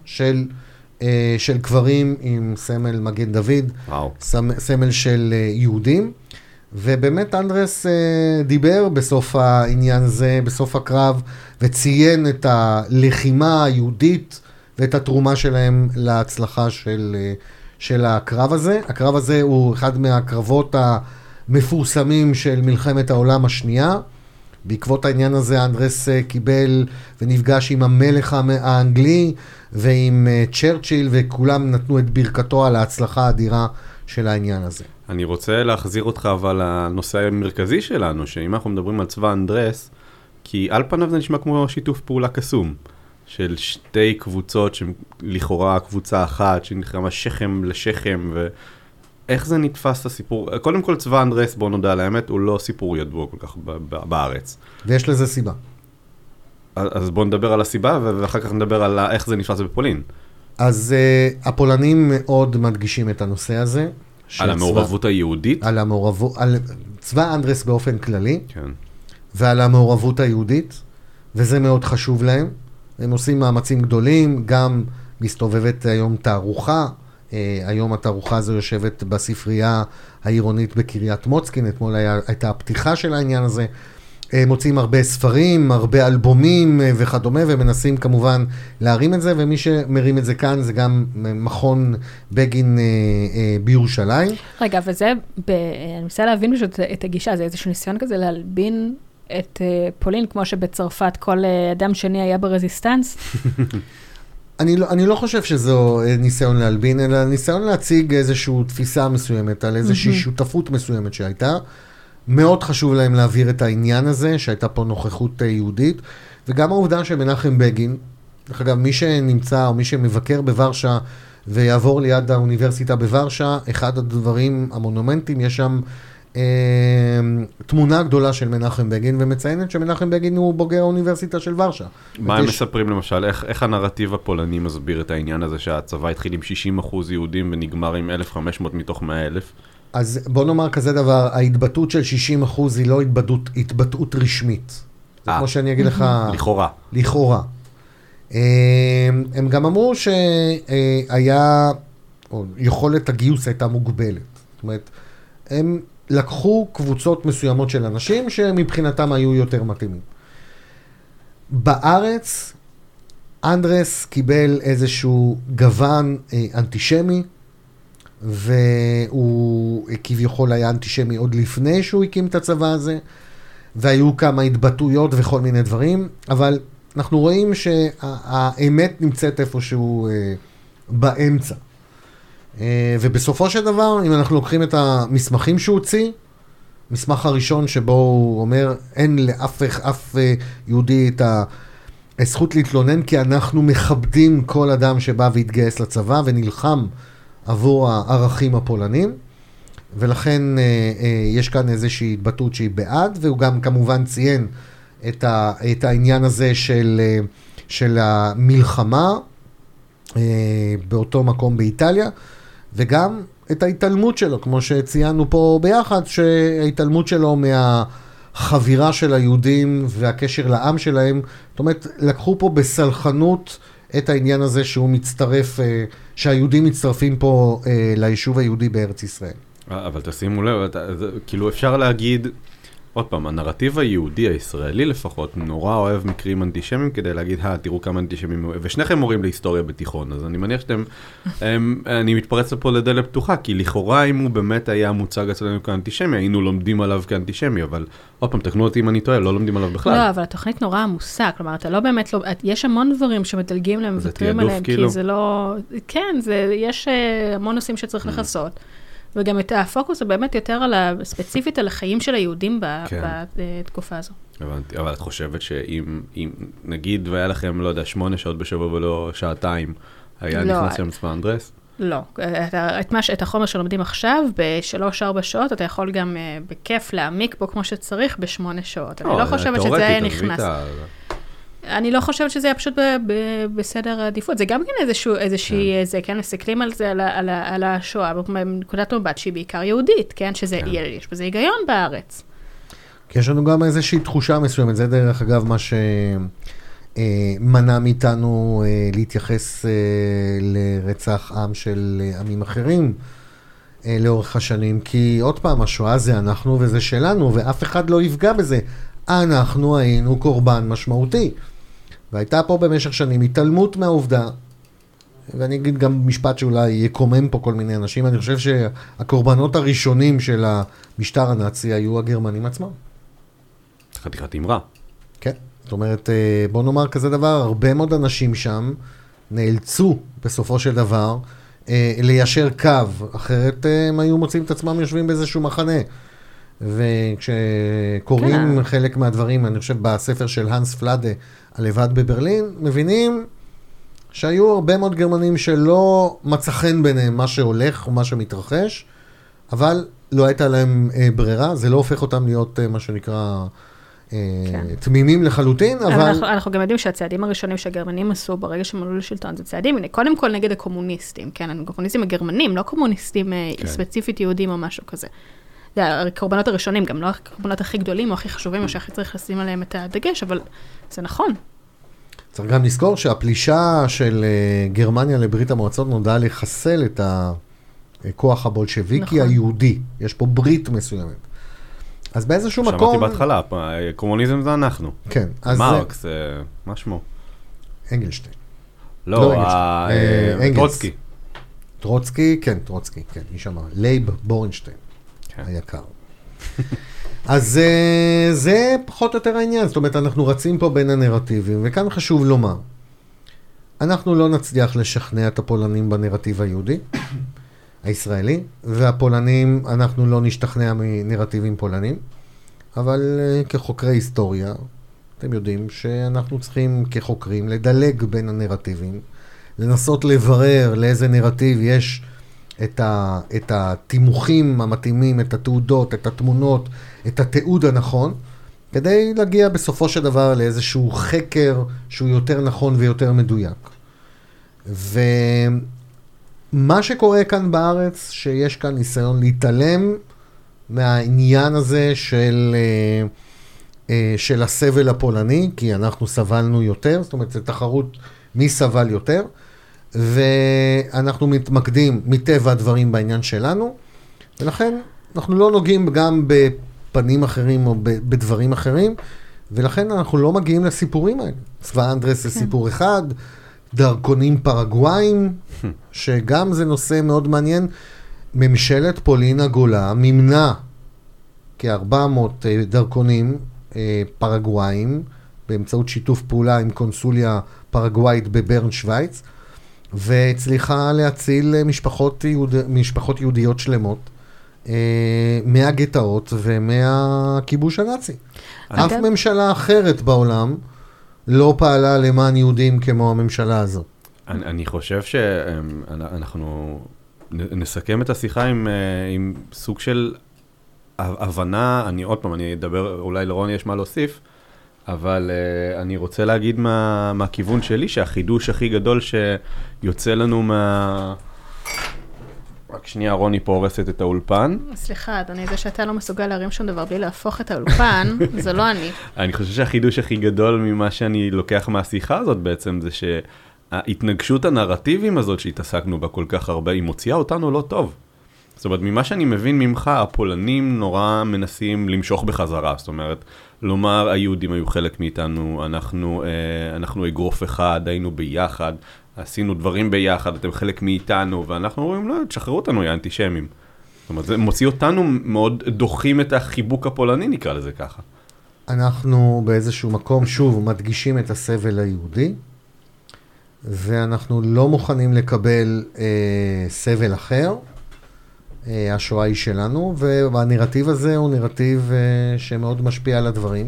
של קברים עם סמל מגן דוד, סמל של יהודים. ובאמת אנדרס דיבר בסוף העניין הזה, בסוף הקרב, וציין את הלחימה היהודית ואת התרומה שלהם להצלחה של הקרב הזה. הקרב הזה הוא אחד מהקרבות המפורסמים של מלחמת העולם השנייה. בעקבות העניין הזה אנדרס קיבל ונפגש עם המלך האנגלי ועם צ'רצ'יל, וכולם נתנו את ברכתו על ההצלחה האדירה של העניין הזה. אני רוצה להחזיר אותך אבל לנושא המרכזי שלנו, שאם אנחנו מדברים על צבא אנדרס, כי על פניו זה נשמע כמו שיתוף פעולה קסום, של שתי קבוצות שלכאורה קבוצה אחת, שנחרמה שכם לשכם, ואיך זה נתפס את הסיפור? קודם כל צבא אנדרס, בוא נודע על האמת, הוא לא סיפור ידוע כל כך בארץ. ויש לזה סיבה. אז בוא נדבר על הסיבה, ואחר כך נדבר על איך זה נתפס בפולין. אז הפולנים מאוד מדגישים את הנושא הזה. על המעורבות היהודית? על צבא אנדרס באופן כללי. כן. ועל המעורבות היהודית, וזה מאוד חשוב להם. הם עושים מאמצים גדולים, גם מסתובבת היום תערוכה, היום התערוכה הזו יושבת בספרייה העירונית בקריית מוצקין, אתמול הייתה הפתיחה של העניין הזה. מוצאים הרבה ספרים, הרבה אלבומים וכדומה, ומנסים כמובן להרים את זה, ומי שמרים את זה כאן זה גם מכון בגין בירושלים. רגע, וזה, אני מנסה להבין פשוט את הגישה, זה איזשהו ניסיון כזה להלבין את פולין, כמו שבצרפת כל אדם שני היה ברזיסטנס? אני לא חושב שזו ניסיון להלבין, אלא ניסיון להציג איזושהי תפיסה מסוימת, על איזושהי שותפות מסוימת שהייתה. מאוד חשוב להם להעביר את העניין הזה, שהייתה פה נוכחות יהודית, וגם העובדה שמנחם בגין, דרך אגב, מי שנמצא או מי שמבקר בוורשה ויעבור ליד האוניברסיטה בוורשה, אחד הדברים, המונומנטים, יש שם תמונה גדולה של מנחם בגין, ומציינת שמנחם בגין הוא בוגר האוניברסיטה של ורשה. מה הם מספרים למשל? איך הנרטיב הפולני מסביר את העניין הזה שהצבא התחיל עם 60% יהודים ונגמר עם 1,500 מתוך 100,000? אז בוא נאמר כזה דבר, ההתבטאות של 60% היא לא התבטאות רשמית. זה כמו שאני אגיד לך... לכאורה. לכאורה. הם גם אמרו שהיה, או יכולת הגיוס הייתה מוגבלת. זאת אומרת, הם לקחו קבוצות מסוימות של אנשים שמבחינתם היו יותר מתאימים. בארץ, אנדרס קיבל איזשהו גוון אנטישמי, והוא כביכול היה אנטישמי עוד לפני שהוא הקים את הצבא הזה, והיו כמה התבטאויות וכל מיני דברים, אבל אנחנו רואים שהאמת נמצאת איפשהו באמצע. ובסופו של דבר, אם אנחנו לוקחים את המסמכים שהוא הוציא, מסמך הראשון שבו הוא אומר, אין לאף יהודי את הזכות להתלונן, כי אנחנו מכבדים כל אדם שבא והתגייס לצבא ונלחם עבור הערכים הפולנים, ולכן יש כאן איזושהי התבטאות שהיא בעד, והוא גם כמובן ציין את העניין הזה של המלחמה באותו מקום באיטליה, וגם את ההתעלמות שלו, כמו שציינו פה ביחד, שההתעלמות שלו מהחבירה של היהודים והקשר לעם שלהם, זאת אומרת, לקחו פה בסלחנות את העניין הזה שהוא מצטרף, שהיהודים מצטרפים פה ליישוב היהודי בארץ ישראל. אבל תשימו לב, כאילו אפשר להגיד, עוד פעם, הנרטיב היהודי הישראלי לפחות נורא אוהב מקרים אנטישמיים כדי להגיד, תראו כמה אנטישמיים, ושניכם מורים להיסטוריה בתיכון, אז אני מניח שאתם, אני מתפרץ לפה לדלת פתוחה, כי לכאורה אם הוא באמת היה מוצג אצלנו כאנטישמי, היינו לומדים עליו כאנטישמי, אבל עוד פעם, תקנו אותי אם אני טועה, לא לומדים עליו בכלל. לא, אבל התוכנית נורא עמוסה, כלומר, אתה לא באמת, יש המון דברים שמתלגים להם, מוותרים עליהם, כי זה לא, כן, יש המון נושאים שצריך לחסות. וגם הפוקוס הוא באמת יותר ספציפית על החיים של היהודים בתקופה הזו. הבנתי, אבל את חושבת שאם נגיד והיה לכם, לא יודע, 8 שעות בשבוע ולא שעתיים, היה נכנס שם צבא אנדרס? לא. את החומר שלומדים עכשיו, ב3-4 שעות, אתה יכול גם בכיף להעמיק בו כמו שצריך ב8 שעות. אני לא חושבת שזה היה נכנס. אני לא חושבת שזה היה פשוט בסדר העדיפות. זה גם כן איזושהי, כן, מסתכלים על זה, על השואה, בנקודת מבט שהיא בעיקר יהודית, כן, שזה, יש בזה היגיון בארץ. יש לנו גם איזושהי תחושה מסוימת, זה דרך אגב מה שמנע מאיתנו להתייחס לרצח עם של עמים אחרים לאורך השנים, כי עוד פעם, השואה זה אנחנו וזה שלנו, ואף אחד לא יפגע בזה. אנחנו היינו קורבן משמעותי. והייתה פה במשך שנים התעלמות מהעובדה, ואני אגיד גם משפט שאולי יקומם פה כל מיני אנשים, אני חושב שהקורבנות הראשונים של המשטר הנאצי היו הגרמנים עצמם. חתיכת אמרה. כן. זאת אומרת, בוא נאמר כזה דבר, הרבה מאוד אנשים שם נאלצו בסופו של דבר ליישר קו, אחרת הם היו מוצאים את עצמם יושבים באיזשהו מחנה. וכשקוראים חלק מהדברים, אני חושב בספר של הנס פלאדה, הלבד בברלין, מבינים שהיו הרבה מאוד גרמנים שלא מצא חן ביניהם מה שהולך או מה שמתרחש, אבל לא הייתה להם ברירה, זה לא הופך אותם להיות מה שנקרא תמימים לחלוטין, אבל... אנחנו גם יודעים שהצעדים הראשונים שהגרמנים עשו ברגע שהם עלו לשלטון, זה צעדים, קודם כל נגד הקומוניסטים, כן, הקומוניסטים הגרמנים, לא קומוניסטים ספציפית יהודים או משהו כזה. זה הקורבנות הראשונים, גם לא הקורבנות הכי גדולים או הכי חשובים, או שהכי צריך לשים עליהם את הדגש, אבל זה נכון. צריך גם לזכור שהפלישה של גרמניה לברית המועצות נודעה לחסל את הכוח הבולשביקי היהודי. יש פה ברית מסוימת. אז באיזשהו מקום... שמעתי בהתחלה, קומוניזם זה אנחנו. כן. מרקס, מה שמו? אנגלשטיין. לא, טרוצקי. טרוצקי, כן, מי שאמר. לייב בורנשטיין. היקר. אז זה פחות או יותר העניין, זאת אומרת, אנחנו רצים פה בין הנרטיבים, וכאן חשוב לומר, אנחנו לא נצליח לשכנע את הפולנים בנרטיב היהודי, הישראלי, והפולנים, אנחנו לא נשתכנע מנרטיבים פולנים, אבל כחוקרי היסטוריה, אתם יודעים שאנחנו צריכים כחוקרים לדלג בין הנרטיבים, לנסות לברר לאיזה נרטיב יש את התימוכים המתאימים, את התעודות, את התמונות, את התיעוד הנכון, כדי להגיע בסופו של דבר לאיזשהו חקר שהוא יותר נכון ויותר מדויק. ומה שקורה כאן בארץ, שיש כאן ניסיון להתעלם מהעניין הזה של הסבל הפולני, כי אנחנו סבלנו יותר, זאת אומרת, זו תחרות מי סבל יותר, ואנחנו מתמקדים מטבע הדברים בעניין שלנו, ולכן אנחנו לא נוגעים גם בפנים אחרים או בדברים אחרים, ולכן אנחנו לא מגיעים לסיפורים האלה. צבא אנדרס זה סיפור אחד, דרכונים פרגוואים, שגם זה נושא מאוד מעניין. ממשלת פולין הגולה מימנה כ-400 דרכונים פרגוואים, באמצעות שיתוף פעולה עם קונסוליה פרגוואית בברן, שוויץ, והצליחה להציל משפחות יהודיות שלמות מהגטאות ומהכיבוש הנאצי. אף ממשלה אחרת בעולם לא פעלה למען יהודים כמו הממשלה הזאת. אני חושב שאנחנו נסכם את השיחה עם סוג של הבנה, עוד פעם, אני אדבר, אולי לרוני יש מה להוסיף, אבל אני רוצה להגיד מהכיוון שלי, שהחידוש הכי גדול שיוצא לנו רק שנייה, רוני פה הורסת את האולפן. סליחה, אדוני, זה שאתה לא מסוגל להרים שום דבר בלי להפוך את האולפן, זה לא אני. אני חושב שהחידוש הכי גדול ממה שאני לוקח מהשיחה הזאת בעצם, זה שההתנגשות הנרטיבים הזאת שהתעסקנו בה כל כך הרבה, היא מוציאה אותנו לא טוב. זאת אומרת, ממה שאני מבין ממך, הפולנים נורא מנסים למשוך בחזרה. זאת אומרת, לומר, היהודים היו חלק מאיתנו, אנחנו אגרוף אחד, היינו ביחד, עשינו דברים ביחד, אתם חלק מאיתנו, ואנחנו אומרים, לא, תשחררו אותנו, יא אנטישמים. זאת אומרת, זה מוציא אותנו מאוד דוחים את החיבוק הפולני, נקרא לזה ככה. אנחנו באיזשהו מקום, שוב, מדגישים את הסבל היהודי, ואנחנו לא מוכנים לקבל סבל אחר, השואה היא שלנו, והנרטיב הזה הוא נרטיב שמאוד משפיע על הדברים.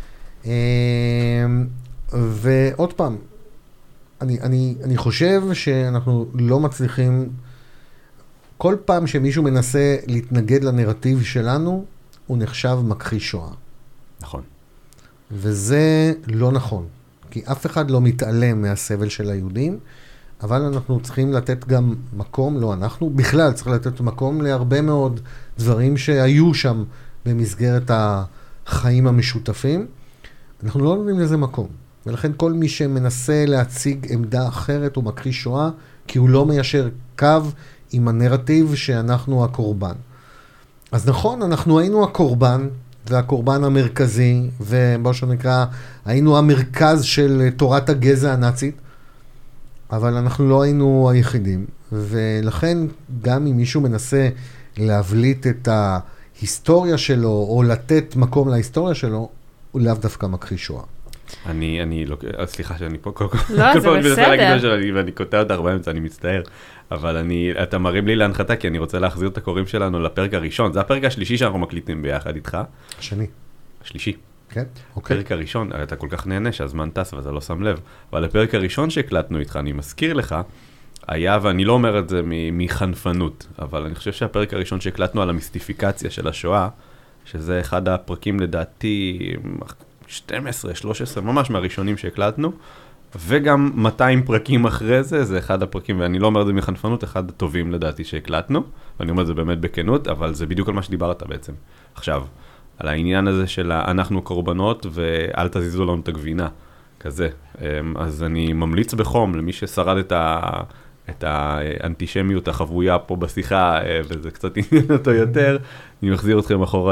ועוד פעם, אני חושב שאנחנו לא מצליחים, כל פעם שמישהו מנסה להתנגד לנרטיב שלנו, הוא נחשב מכחיש שואה. נכון. וזה לא נכון, כי אף אחד לא מתעלם מהסבל של היהודים, אבל אנחנו צריכים לתת גם מקום, לא אנחנו, בכלל צריך לתת מקום להרבה מאוד דברים שהיו שם במסגרת החיים המשותפים. אנחנו לא נותנים לזה מקום, ולכן כל מי שמנסה להציג עמדה אחרת הוא מכחיש שואה, כי הוא לא מיישר קו עם הנרטיב שאנחנו הקורבן. אז נכון, אנחנו היינו הקורבן, והקורבן המרכזי, ובוא שנקרא, היינו המרכז של תורת הגזע הנאצית, אבל אנחנו לא היינו היחידים, ולכן גם אם מישהו מנסה להבליט את ההיסטוריה שלו, או לתת מקום להיסטוריה שלו, הוא לאו דווקא מכחיש שואה. אני לא, סליחה שאני פה כל לא, זה בסדר. ואני קוטע אותך באמצע, אני מצטער, אבל אתה מרים לי להנחתה, כי אני רוצה להחזיר את הקוראים שלנו לפרק הראשון. זה הפרק השלישי שאנחנו מקליטים ביחד איתך. השלישי. כן, אוקיי. הפרק הראשון, אתה כל כך נהנה שהזמן טס ואתה לא שם לב, אבל הפרק הראשון שהקלטנו איתך, אני מזכיר לך, היה, ואני לא אומר את זה מחנפנות, אבל אני חושב שהפרק הראשון שהקלטנו על המיסטיפיקציה של השואה, שזה אחד הפרקים לדעתי 12, 13, ממש מהראשונים שהקלטנו, וגם 200 פרקים אחרי זה, זה אחד הפרקים, ואני לא אומר את זה מחנפנות, אחד הטובים לדעתי שהקלטנו, ואני אומר את זה באמת בכנות, אבל זה בדיוק על מה שדיברת בעצם. עכשיו, על העניין הזה של אנחנו קורבנות, ואל תזיזו לנו את הגבינה, כזה. אז אני ממליץ בחום למי ששרד את האנטישמיות החבויה פה בשיחה, וזה קצת עניין אותו יותר, אני מחזיר אתכם אחורה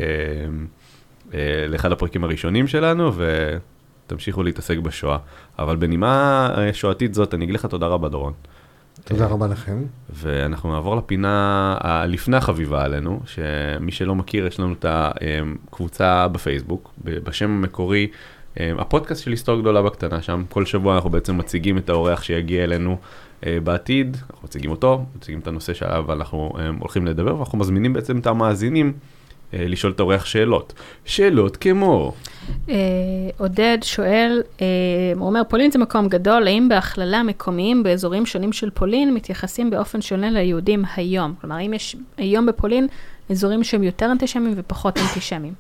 לאחד הפרקים הראשונים שלנו, ותמשיכו להתעסק בשואה. אבל בנימה שואתית זאת, אני אגיד לך תודה רבה, דורון. תודה רבה לכם. ואנחנו נעבור לפינה לפני החביבה עלינו, שמי שלא מכיר, יש לנו את הקבוצה בפייסבוק, בשם המקורי, הפודקאסט של היסטוריה גדולה בקטנה, שם כל שבוע אנחנו בעצם מציגים את האורח שיגיע אלינו בעתיד, אנחנו מציגים אותו, מציגים את הנושא שעליו אנחנו הולכים לדבר, ואנחנו מזמינים בעצם את המאזינים לשאול את האורח שאלות. שאלות כמו... עודד שואל, הוא אומר, פולין זה מקום גדול, האם בהכללה מקומיים באזורים שונים של פולין מתייחסים באופן שונה ליהודים היום? כלומר, האם יש היום בפולין אזורים שהם יותר אנטישמיים ופחות אנטישמיים?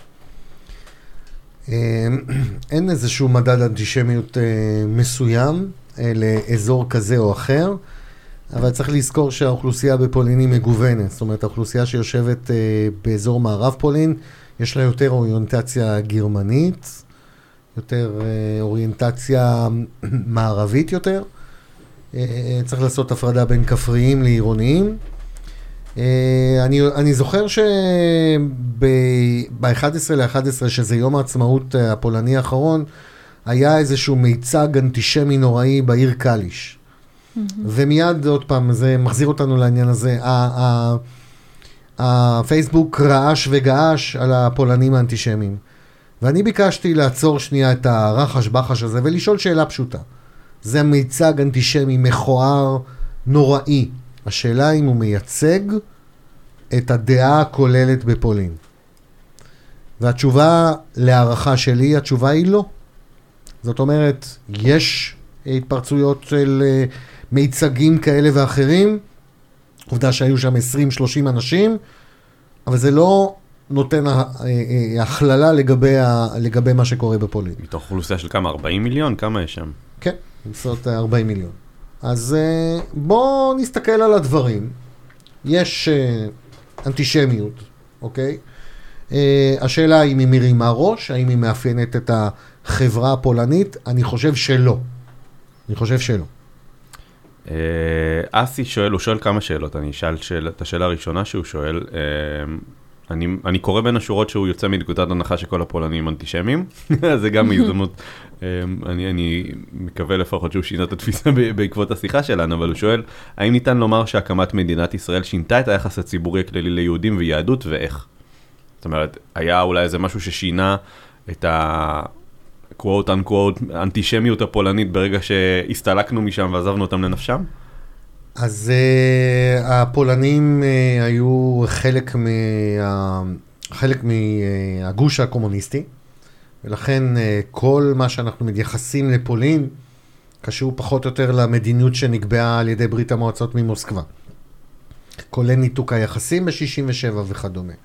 אין איזשהו מדד אנטישמיות מסוים לאזור כזה או אחר, אבל צריך לזכור שהאוכלוסייה בפולין היא מגוונת. זאת אומרת, האוכלוסייה שיושבת באזור מערב פולין, יש לה יותר אוריינטציה גרמנית, יותר אוריינטציה מערבית יותר. צריך לעשות הפרדה בין כפריים לעירוניים. אני זוכר שב-11/11, שזה יום העצמאות הפולני האחרון, היה איזשהו מיצג אנטישמי נוראי בעיר קליש. ומיד עוד פעם, זה מחזיר אותנו לעניין הזה, הפייסבוק רעש וגעש על הפולנים האנטישמיים. ואני ביקשתי לעצור שנייה את הרחש בחש הזה ולשאול שאלה פשוטה. זה מיצג אנטישמי מכוער נוראי. השאלה אם הוא מייצג את הדעה הכוללת בפולין. והתשובה להערכה שלי, התשובה היא לא. זאת אומרת, יש התפרצויות של מיצגים כאלה ואחרים, עובדה שהיו שם 20-30 אנשים, אבל זה לא נותן הכללה לגבי מה שקורה בפולין. מתוך אוכלוסייה של כמה? 40 מיליון? כמה יש שם? כן, בסביבות 40 מיליון. אז בואו נסתכל על הדברים. יש אנטישמיות, אוקיי? השאלה היא אם היא מרימה ראש, האם היא מאפיינת את החברה הפולנית, אני חושב שלא. אסי שואל, הוא שואל כמה שאלות, אני אשאל את השאלה הראשונה שהוא שואל, אני קורא בין השורות שהוא יוצא מנקודת הנחה שכל הפולנים אנטישמים, זה גם הזדמנות, אני מקווה לפחות שהוא שינה את התפיסה בעקבות השיחה שלנו, אבל הוא שואל, האם ניתן לומר שהקמת מדינת ישראל שינתה את היחס הציבורי הכללי ליהודים ויהדות ואיך? זאת אומרת, היה אולי איזה משהו ששינה את quote, אנטישמיות הפולנית ברגע שהסתלקנו משם ועזבנו אותם לנפשם? אז הפולנים היו חלק מהגוש הקומוניסטי, ולכן כל מה שאנחנו מתייחסים לפולין, קשור פחות או יותר למדיניות שנקבעה על ידי ברית המועצות ממוסקבה. כולל ניתוק היחסים ב-67 וכדומה.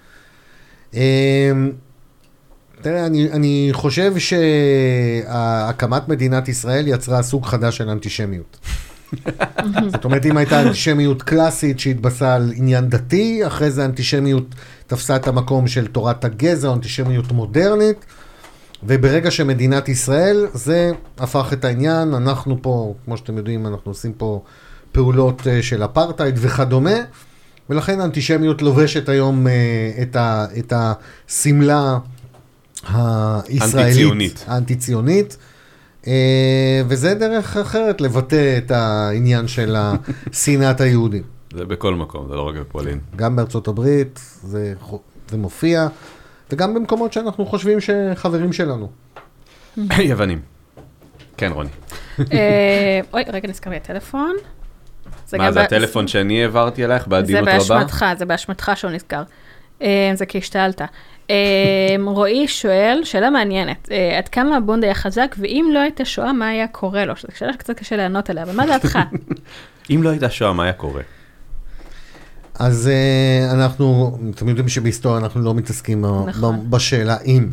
תראה, אני חושב שהקמת מדינת ישראל יצרה סוג חדש של אנטישמיות. זאת אומרת, אם הייתה אנטישמיות קלאסית שהתבססה על עניין דתי, אחרי זה אנטישמיות תפסה את המקום של תורת הגזע, אנטישמיות מודרנית, וברגע שמדינת ישראל, זה הפך את העניין, אנחנו פה, כמו שאתם יודעים, אנחנו עושים פה פעולות של אפרטהייד וכדומה, ולכן האנטישמיות לובשת היום את הסמלה הישראלית, האנטי-ציונית, וזה דרך אחרת לבטא את העניין של שנאת היהודים. זה בכל מקום, זה לא רק בפולין. גם בארצות הברית זה מופיע, וגם במקומות שאנחנו חושבים שחברים שלנו. יוונים. כן, רוני. אוי, רגע נזכר לי הטלפון. מה, זה הטלפון שאני העברתי אלייך בעדינות רבה? זה באשמתך שהוא נזכר. זה כי השתעלת. רועי שואל, שאלה מעניינת, עד כמה הבונד היה חזק, ואם לא הייתה שואה, מה היה קורה לו? זו שאלה שקצת קשה לענות עליה, אבל מה דעתך? אם לא הייתה שואה, מה היה קורה? אז אנחנו, אתם יודעים שבהיסטוריה אנחנו לא מתעסקים בשאלה אם.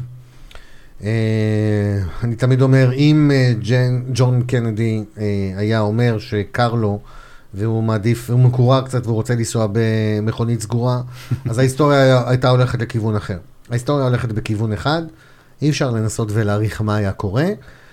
אני תמיד אומר, אם ג'ון קנדי היה אומר שקר לו, והוא מעדיף, הוא מקורר קצת והוא רוצה לנסוע במכונית סגורה, אז ההיסטוריה הייתה הולכת לכיוון אחר. ההיסטוריה הולכת בכיוון אחד, אי אפשר לנסות ולהעריך מה היה קורה.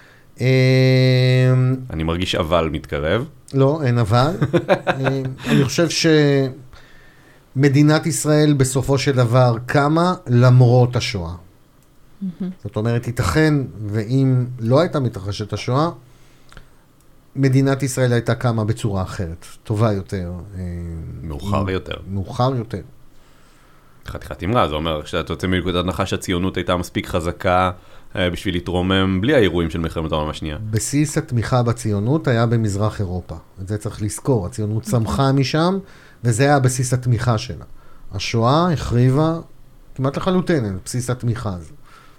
אני מרגיש אבל מתקרב. לא, אין אבל. אני חושב שמדינת ישראל בסופו של דבר קמה למרות השואה. זאת אומרת, ייתכן, ואם לא הייתה מתרחשת השואה, מדינת ישראל הייתה קמה בצורה אחרת, טובה יותר. מאוחר יותר. מאוחר יותר. חתיכת אמרה, זה אומר שאתה יוצא מנקודת הנחה שהציונות הייתה מספיק חזקה בשביל להתרומם בלי האירועים של מלחמת העולם השנייה. בסיס התמיכה בציונות היה במזרח אירופה. את זה צריך לזכור. הציונות צמחה משם, וזה היה בסיס התמיכה שלה. השואה החריבה כמעט לחלוטין, בסיס התמיכה הזו.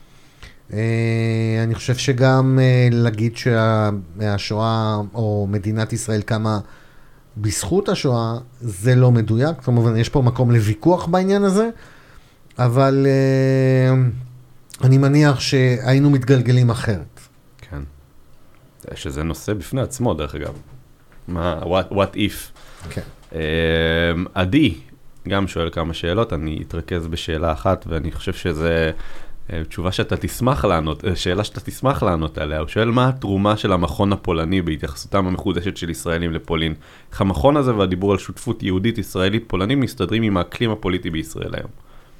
אני חושב שגם להגיד שהשואה או מדינת ישראל קמה בזכות השואה, זה לא מדויק. כמובן, יש פה מקום לוויכוח בעניין הזה, אבל אני מניח שהיינו מתגלגלים אחרת. כן. שזה נושא בפני עצמו, דרך אגב. what if? כן. עדי גם שואל כמה שאלות, אני אתרכז בשאלה אחת, ואני חושב שזה תשובה שאתה תשמח לענות, שאלה שאתה תשמח לענות עליה. הוא שואל מה התרומה של המכון הפולני בהתייחסותם המחודשת של ישראלים לפולין. איך המכון הזה והדיבור על שותפות יהודית ישראלית פולנים מסתדרים עם האקלים הפוליטי בישראל היום?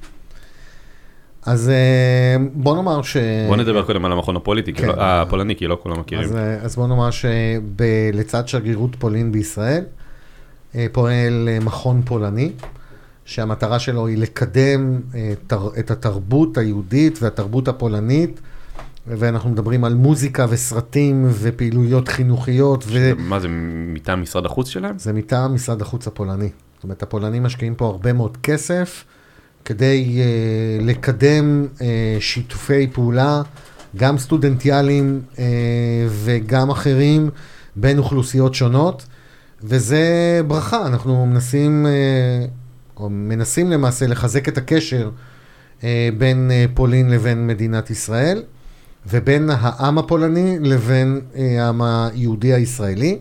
אז בוא נאמר בוא נדבר קודם על המכון הפוליטי, הפולני, כי לא כולם מכירים. אז בוא נאמר שלצד שגרירות פולין בישראל, פועל מכון פולני, שהמטרה שלו היא לקדם את התרבות היהודית והתרבות הפולנית, ואנחנו מדברים על מוזיקה וסרטים ופעילויות חינוכיות. מה זה, מטעם משרד החוץ שלהם? זה מטעם משרד החוץ הפולני. זאת אומרת, הפולנים משקיעים פה הרבה מאוד כסף, כדי לקדם שיתופי פעולה, גם סטודנטיאליים וגם אחרים, בין אוכלוסיות שונות, וזה ברכה. אנחנו מנסים למעשה לחזק את הקשר בין פולין לבין מדינת ישראל, ובין העם הפולני לבין העם היהודי הישראלי,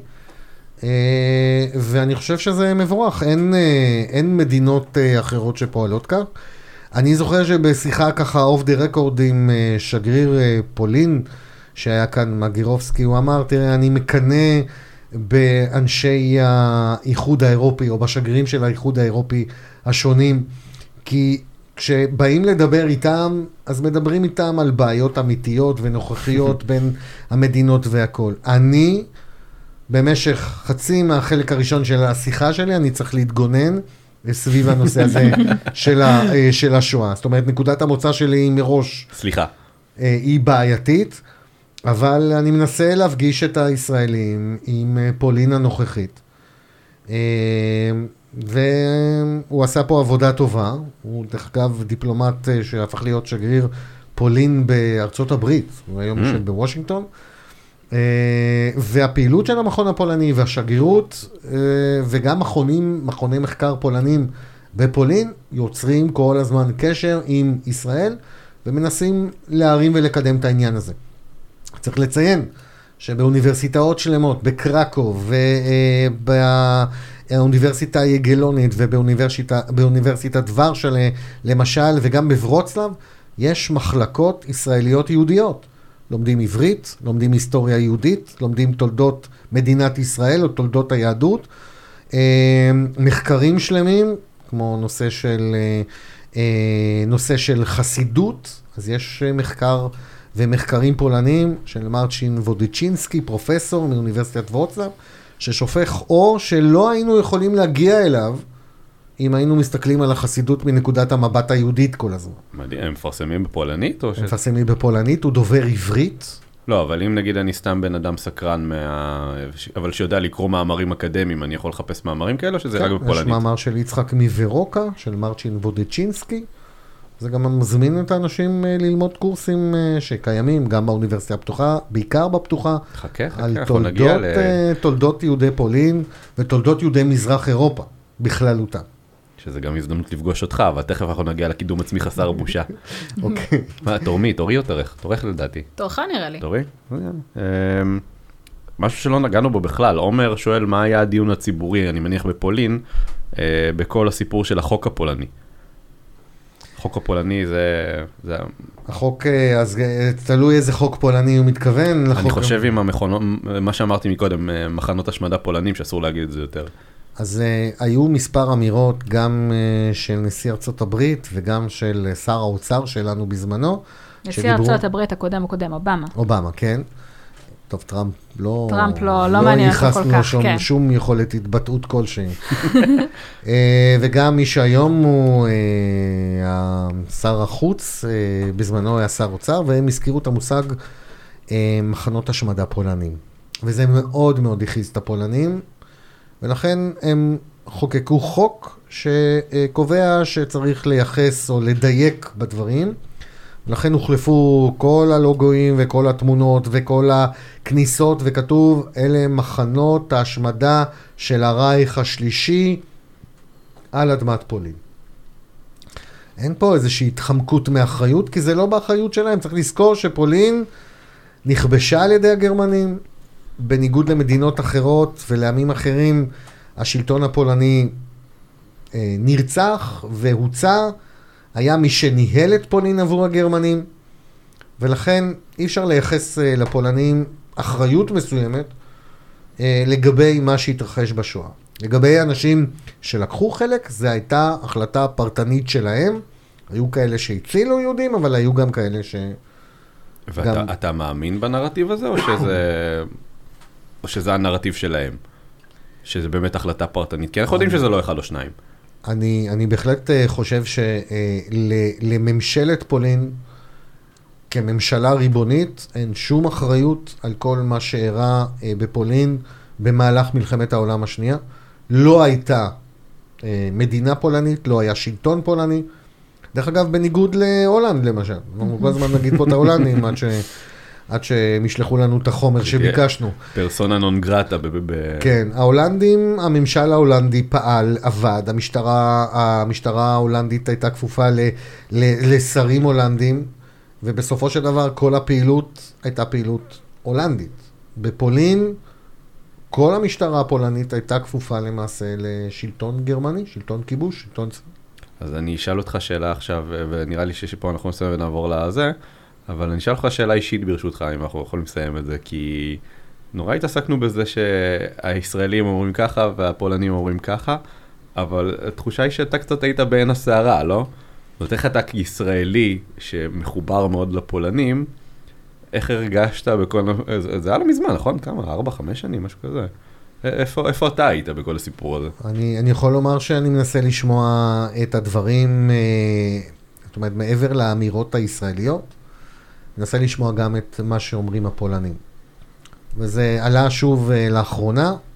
ואני חושב שזה מבורך. אין מדינות אחרות שפועלות כך. אני זוכר שבשיחה ככה אוף דה רקורד עם שגריר פולין, שהיה כאן מגירובסקי, הוא אמר, תראה, אני מקנא באנשי האיחוד האירופי, או בשגרירים של האיחוד האירופי השונים, כי כשבאים לדבר איתם, אז מדברים איתם על בעיות אמיתיות ונוכחיות בין המדינות והכל. אני, במשך חצי מהחלק הראשון של השיחה שלי, אני צריך להתגונן סביב הנושא הזה של השואה. זאת אומרת, נקודת המוצא שלי היא מראש. סליחה. היא בעייתית, אבל אני מנסה להפגיש את הישראלים עם פולין הנוכחית. והוא עשה פה עבודה טובה, הוא דרך אגב דיפלומט שהפך להיות שגריר פולין בארצות הברית, הוא היום יושב בוושינגטון, והפעילות של המכון הפולני והשגרירות, וגם מכוני מחקר פולנים בפולין, יוצרים כל הזמן קשר עם ישראל, ומנסים להרים ולקדם את העניין הזה. צריך לציין שבאוניברסיטאות שלמות, בקרקוב ובאוניברסיטה היגלונית ובאוניברסיטת ורשה למשל, וגם בברוצלב, יש מחלקות ישראליות יהודיות. לומדים עברית, לומדים היסטוריה יהודית, לומדים תולדות מדינת ישראל או תולדות היהדות. מחקרים שלמים, כמו נושא של חסידות, אז יש מחקר ומחקרים פולנים של מרצ'ין וודיצ'ינסקי, פרופסור מאוניברסיטת ורוצלב, ששופך אור שלא היינו יכולים להגיע אליו, אם היינו מסתכלים על החסידות מנקודת המבט היהודית כל הזמן. מדהים, הם מפרסמים בפולנית? הם מפרסמים בפולנית, הוא דובר עברית. לא, אבל אם נגיד אני סתם בן אדם סקרן, אבל שיודע לקרוא מאמרים אקדמיים, אני יכול לחפש מאמרים כאלה, שזה רק בפולנית? יש מאמר של יצחק מוורוקה, של מרצ'ין וודיצ'ינסקי, זה גם מזמין את האנשים ללמוד קורסים שקיימים, גם באוניברסיטה הפתוחה, בעיקר בפתוחה, על תולדות יהודי פולין ותולדות יהודי מזרח אירופה, בכללותם. שזה גם הזדמנות לפגוש אותך, אבל תכף אנחנו נגיע לקידום עצמי חסר בושה. אוקיי. תורי או תורך? תורך לדעתי. תורך נראה לי. תורי? משהו שלא נגענו בו בכלל. עומר שואל מה היה הדיון הציבורי, אני מניח בפולין, בכל הסיפור של החוק הפולני. החוק הפולני זה... החוק, אז תלוי איזה חוק פולני הוא מתכוון. אני חושב עם מה שאמרתי מקודם, מחנות השמדה פולנים, שאסור להגיד את זה יותר. אז היו מספר אמירות, גם של נשיא ארצות הברית, וגם של שר האוצר שלנו בזמנו. נשיא ארצות הברית הקודם, אובמה. אובמה, כן. טוב, טראמפ לא מעניין אותו כל כך, כן. שום יכולת התבטאות כלשהי. וגם מי שהיום הוא שר החוץ, בזמנו היה שר אוצר, והם הזכירו את המושג מחנות השמדה פולנים. וזה מאוד מאוד הכעיס את הפולנים, ולכן הם חוקקו חוק שקובע שצריך לייחס או לדייק בדברים, ולכן הוחלפו כל הלוגויים וכל התמונות וכל הכניסות, וכתוב, אלה מחנות ההשמדה של הרייך השלישי על אדמת פולין. אין פה איזושהי התחמקות מאחריות, כי זה לא באחריות שלהם. צריך לזכור שפולין נכבשה על ידי הגרמנים, בניגוד למדינות אחרות ולעמים אחרים, השלטון הפולני נרצח והוצא, היה מי שניהל את פולין עבור הגרמנים, ולכן אי אפשר לייחס לפולנים אחריות מסוימת לגבי מה שהתרחש בשואה. לגבי אנשים שלקחו חלק, זו הייתה החלטה פרטנית שלהם, היו כאלה שהצילו יהודים, אבל היו גם כאלה ש... ואתה מאמין בנרטיב הזה, או שזה הנרטיב שלהם? שזה באמת החלטה פרטנית? כי אנחנו יודעים שזה לא אחד או שניים. אני בהחלט חושב שלממשלת פולין, כממשלה ריבונית, אין שום אחריות על כל מה שאירע בפולין במהלך מלחמת העולם השנייה. לא הייתה מדינה פולנית, לא היה שלטון פולני. דרך אגב, בניגוד להולנד למשל. אנחנו כל הזמן נגיד פה את ההולנדים עד שהם ישלחו לנו את החומר שביקשנו. פרסונה נון גרטה. כן, ההולנדים, הממשל ההולנדי פעל, עבד, המשטרה ההולנדית הייתה כפופה לשרים הולנדים, ובסופו של דבר כל הפעילות הייתה פעילות הולנדית. בפולין, כל המשטרה הפולנית הייתה כפופה למעשה לשלטון גרמני, שלטון כיבוש, שלטון... אז אני אשאל אותך שאלה עכשיו, ונראה לי שפה אנחנו נסיים ונעבור לזה, אבל אני אשאל אותך שאלה אישית ברשותך, אם אנחנו יכולים לסיים את זה, כי נורא התעסקנו בזה שהישראלים אומרים ככה והפולנים אומרים ככה, אבל התחושה היא שאתה קצת היית בעין הסערה, לא? זאת אומרת, איך אתה כישראלי שמחובר מאוד לפולנים, איך הרגשת בכל... זה היה לא מזמן, נכון? כמה? 4-5 שנים, משהו כזה. איפה אתה היית בכל הסיפור הזה? אני יכול לומר שאני מנסה לשמוע את הדברים, זאת אומרת, מעבר לאמירות הישראליות, מנסה לשמוע גם את מה שאומרים הפולנים. וזה עלה שוב לאחרונה,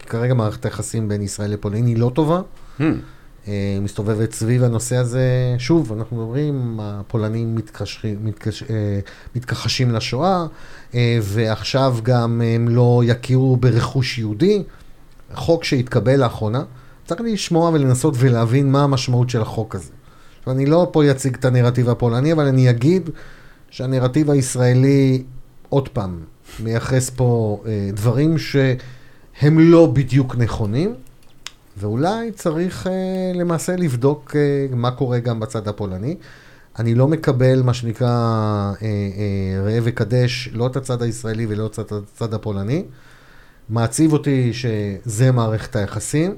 כרגע מערכת היחסים בין ישראל לפולין היא לא טובה. מסתובבת סביב הנושא הזה. שוב, אנחנו מדברים, הפולנים מתכחשים לשואה, ועכשיו גם הם לא יכירו ברכוש יהודי. חוק שהתקבל לאחרונה, צריך לשמוע ולנסות ולהבין מה המשמעות של החוק הזה. אני לא פה יציג את הנרטיב הפולני, אבל אני אגיד שהנרטיב הישראלי, עוד פעם, מייחס פה דברים שהם לא בדיוק נכונים, ואולי צריך למעשה לבדוק מה קורה גם בצד הפולני. אני לא מקבל מה שנקרא ראה וקדש, לא את הצד הישראלי ולא את הצד הפולני. מעציב אותי שזה מערכת היחסים.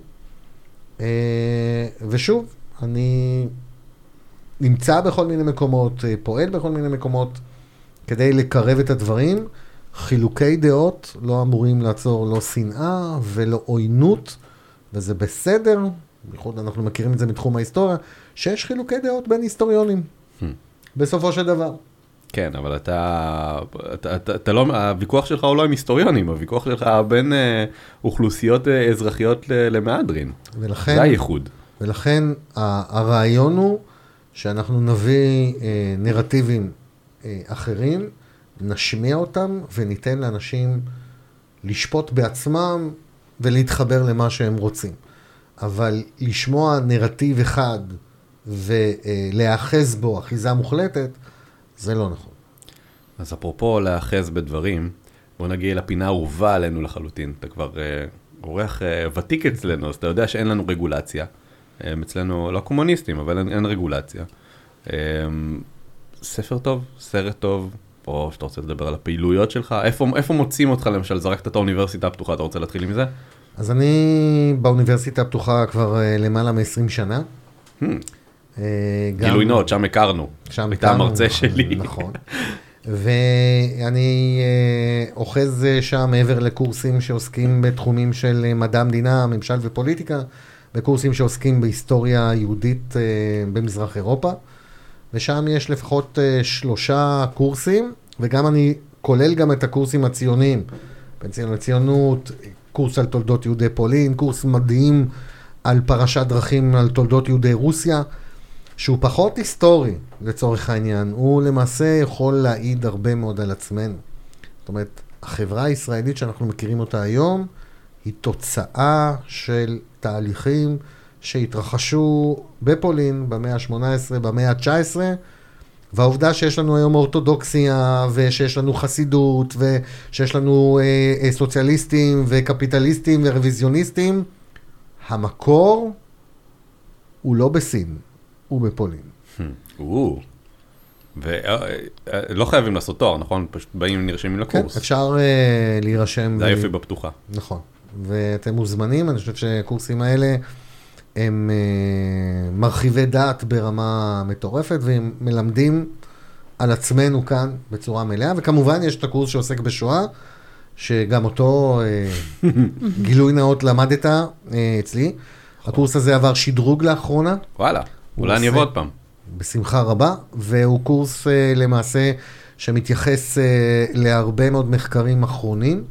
ושוב, אני נמצא בכל מיני מקומות, פועל בכל מיני מקומות, כדי לקרב את הדברים. חילוקי דעות לא אמורים לעצור לא שנאה ולא עוינות, וזה בסדר, בייחוד אנחנו מכירים את זה מתחום ההיסטוריה, שיש חילוקי דעות בין היסטוריונים, בסופו של דבר. כן, אבל אתה לא, הוויכוח שלך הוא לא עם היסטוריונים, הוויכוח שלך בין אוכלוסיות אזרחיות למהדרין. זה הייחוד. ולכן הרעיון הוא שאנחנו נביא נרטיבים אחרים, נשמיע אותם וניתן לאנשים לשפוט בעצמם ולהתחבר למה שהם רוצים. אבל לשמוע נרטיב אחד ולהאחז בו אחיזה מוחלטת, זה לא נכון. אז אפרופו להאחז בדברים, בוא נגיע לפינה האהובה עלינו לחלוטין. אתה כבר אורח ותיק אצלנו, אז אתה יודע שאין לנו רגולציה. אצלנו לא קומוניסטים, אבל אין רגולציה. ספר טוב, סרט טוב, או שאתה רוצה לדבר על הפעילויות שלך, איפה מוצאים אותך למשל? זרקת את האוניברסיטה הפתוחה, אתה רוצה להתחיל עם זה? אז אני באוניברסיטה הפתוחה כבר למעלה מ-20 שנה. גילוי נאות, שם הכרנו. הייתה המרצה שלי. נכון. ואני אוחז שם מעבר לקורסים שעוסקים בתחומים של מדע המדינה, ממשל ופוליטיקה, בקורסים שעוסקים בהיסטוריה יהודית במזרח אירופה. ושם יש לפחות 3 קורסים, וגם אני כולל גם את הקורסים הציוניים. פנסיון לציונות, קורס על תולדות יהודי פולין, קורס מדהים על פרשת דרכים על תולדות יהודי רוסיה, שהוא פחות היסטורי לצורך העניין. הוא למעשה יכול להעיד הרבה מאוד על עצמנו. זאת אומרת, החברה הישראלית שאנחנו מכירים אותה היום, היא תוצאה של תהליכים שהתרחשו בפולין במאה ה-18, במאה ה-19, והעובדה שיש לנו היום אורתודוקסיה, ושיש לנו חסידות, ושיש לנו סוציאליסטים וקפיטליסטים ורוויזיוניסטים, המקור הוא לא בסין, הוא בפולין. ולא חייבים לעשות תואר, נכון? פשוט באים נרשמים לקורס. כן, אפשר להירשם. זה היופי בפתוחה. נכון. ואתם מוזמנים, אני חושב שהקורסים האלה הם מרחיבי דעת ברמה מטורפת, והם מלמדים על עצמנו כאן בצורה מלאה, וכמובן יש את הקורס שעוסק בשואה, שגם אותו גילוי נאות למדת אצלי. הקורס הזה עבר שדרוג לאחרונה. וואלה, אולי אני אבוא עוד פעם. בשמחה רבה, והוא קורס למעשה שמתייחס להרבה מאוד מחקרים אחרונים,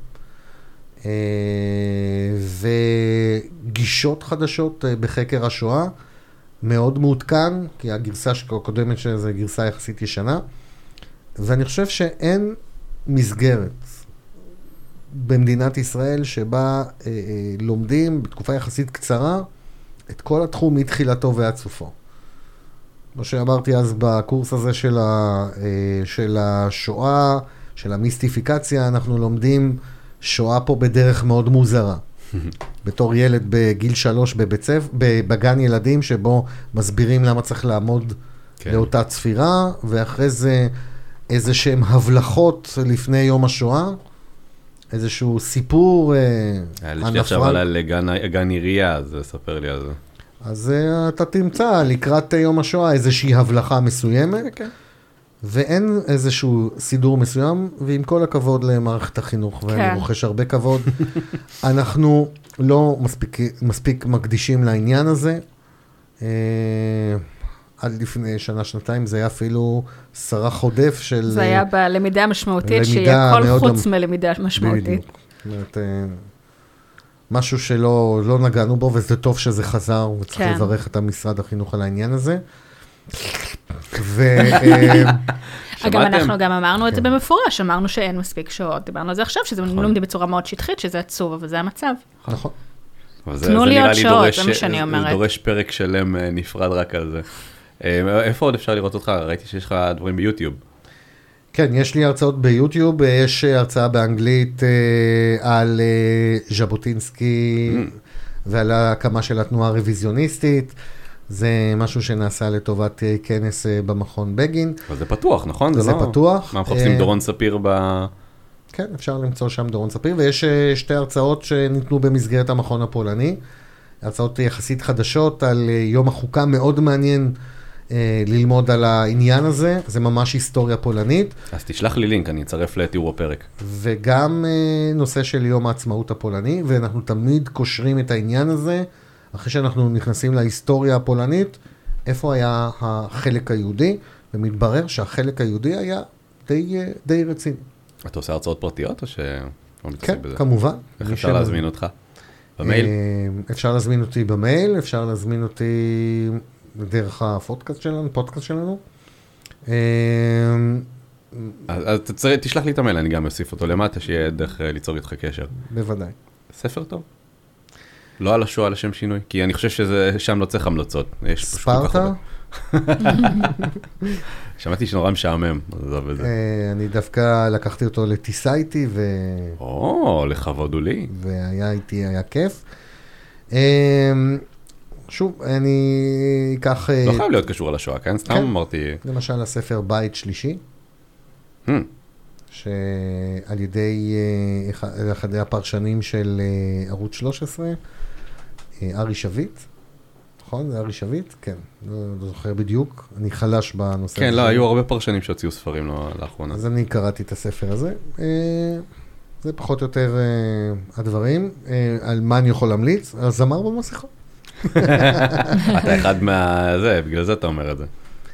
וגישות חדשות בחקר השואה, מאוד מעודכן, כי הגרסה הקודמת שזה גרסה יחסית ישנה, ואני חושב שאין מסגרת במדינת ישראל שבה לומדים בתקופה יחסית קצרה את כל התחום מתחילתו ועד סופו. כמו שאמרתי אז בקורס הזה של השואה, של המיסטיפיקציה, אנחנו לומדים שואה פה בדרך מאוד מוזרה. בתור ילד בגיל 3 בגן ילדים, שבו מסבירים למה צריך לעמוד לאותה צפירה, ואחרי זה איזה שהם הבלחות לפני יום השואה, איזשהו סיפור הנפרד. יש לי עכשיו על גן עירייה, אז ספר לי על זה. אז אתה תמצא לקראת יום השואה איזושהי הבלחה מסוימת, ואין איזשהו סידור מסוים, ועם כל הכבוד למערכת החינוך, ואני רוכש הרבה כבוד, אנחנו לא מספיק מקדישים לעניין הזה. עד לפני שנה-שנתיים זה היה אפילו שרה חודף של... זה היה בלמידה המשמעותית, שיהיה כל חוץ מלמידה משמעותית. זאת אומרת, משהו שלא נגענו בו, וזה טוב שזה חזר, וצריך כן. לברך את המשרד החינוך על העניין הזה. אגב, אנחנו גם אמרנו את זה במפורש, אמרנו שאין מספיק שעות, דיברנו על זה עכשיו, שזה לומדים בצורה מאוד שטחית, שזה עצוב, אבל זה המצב. נכון. תנו לי עוד שעות, זה מה שאני אומרת. זה דורש פרק שלם נפרד רק על זה. איפה עוד אפשר לראות אותך? ראיתי שיש לך דברים ביוטיוב. כן, יש לי הרצאות ביוטיוב, יש הרצאה באנגלית על ז'בוטינסקי ועל ההקמה של התנועה הרוויזיוניסטית. זה משהו שנעשה לטובת כנס במכון בגין. אבל זה פתוח, נכון? זה פתוח. מה מחפשים דורון ספיר כן, אפשר למצוא שם דורון ספיר, ויש שתי הרצאות שניתנו במסגרת המכון הפולני. הרצאות יחסית חדשות על יום החוקה, מאוד מעניין ללמוד על העניין הזה, זה ממש היסטוריה פולנית. אז תשלח לי לינק, אני אצרף לתיאור הפרק. וגם נושא של יום העצמאות הפולני, ואנחנו תמיד קושרים את העניין הזה, אחרי שאנחנו נכנסים להיסטוריה הפולנית, איפה היה החלק היהודי, ומתברר שהחלק היהודי היה די רציני. אתה עושה הרצאות פרטיות או ש... כן, כמובן. איך אפשר להזמין אותך? במייל? אפשר להזמין אותי במייל, אפשר להזמין אותי דרך הפודקאסט שלנו. אז תשלח לי את המייל, אני גם אוסיף אותו למטה, שיהיה דרך ליצור איתך קשר. בוודאי. ספר טוב. לא על השואה לשם שינוי, כי אני חושב ששם לא צריך המלצות. ספרטה? שמעתי שנורא משעמם, עזוב את זה. אני דווקא לקחתי אותו לטיסה איתי, לכבוד הוא לי. והיה איתי, היה כיף. שוב, אני אקח... לא חייב להיות קשור על השואה, כן? סתם אמרתי... למשל, הספר בית שלישי, שעל ידי אחד הפרשנים של ערוץ 13, ארי שביט, נכון? זה ארי שביט? כן, לא זוכר בדיוק, אני חלש בנושא הזה. כן, לא, היו הרבה פרשנים שהוציאו ספרים לאחרונה. אז אני קראתי את הספר הזה. זה פחות או יותר הדברים. על מה אני יכול להמליץ? הזמר במסכות. אתה אחד זה, בגלל זה אתה אומר את זה.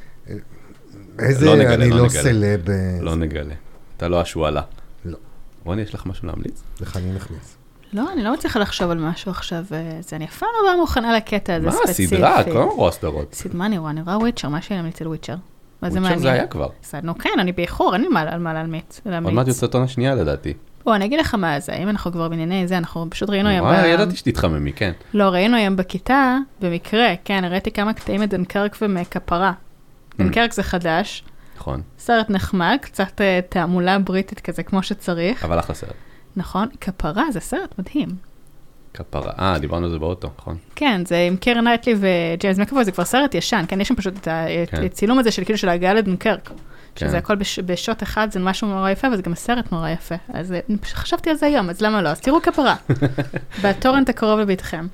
איזה, אני לא סלב. לא נגלה. אתה לא השואלה. לא. רוני, יש לך משהו להמליץ? לך אני נכניס. לא, אני לא מצליחה לחשוב על משהו עכשיו. אני אף פעם לא באה מוכנה לקטע הזה ספציפי. מה, סדרה? כל רואה סדרות. מה אני רואה וויצ'ר, מה שאני להמליץ על וויצ'ר. וויצ'ר זה היה כבר. כן, אני באיחור, אין לי מה להמליץ. עוד מעט יוצאת עונה שנייה לדעתי. אני אגיד לך מה זה, אם אנחנו כבר בענייני זה, אנחנו פשוט ראינו היום... ידעתי שתתחממי, כן. לא, ראינו היום בכיתה, במקרה, כן, ראיתי כמה קטעים מדנקרק ומכפרה. דנקרק זה חדש. נכון. סרט נחמד, קצת תעמולה בריטית כזה כמו שצריך. אבל אחלה סרט. נכון, כפרה זה סרט מדהים. כפרה, דיברנו על זה באוטו, נכון? כן, זה עם קירה נייטלי וג'יימס מקאבוי, זה כבר סרט ישן, כן, יש שם פשוט את הצילום הזה של ההגעה לדנקרק. שזה הכל בשוט אחד, זה משהו נורא יפה, וזה גם סרט נורא יפה. אז חשבתי על זה היום, אז למה לא? אז תראו כפרה. בטורנט הקרוב לביתכם.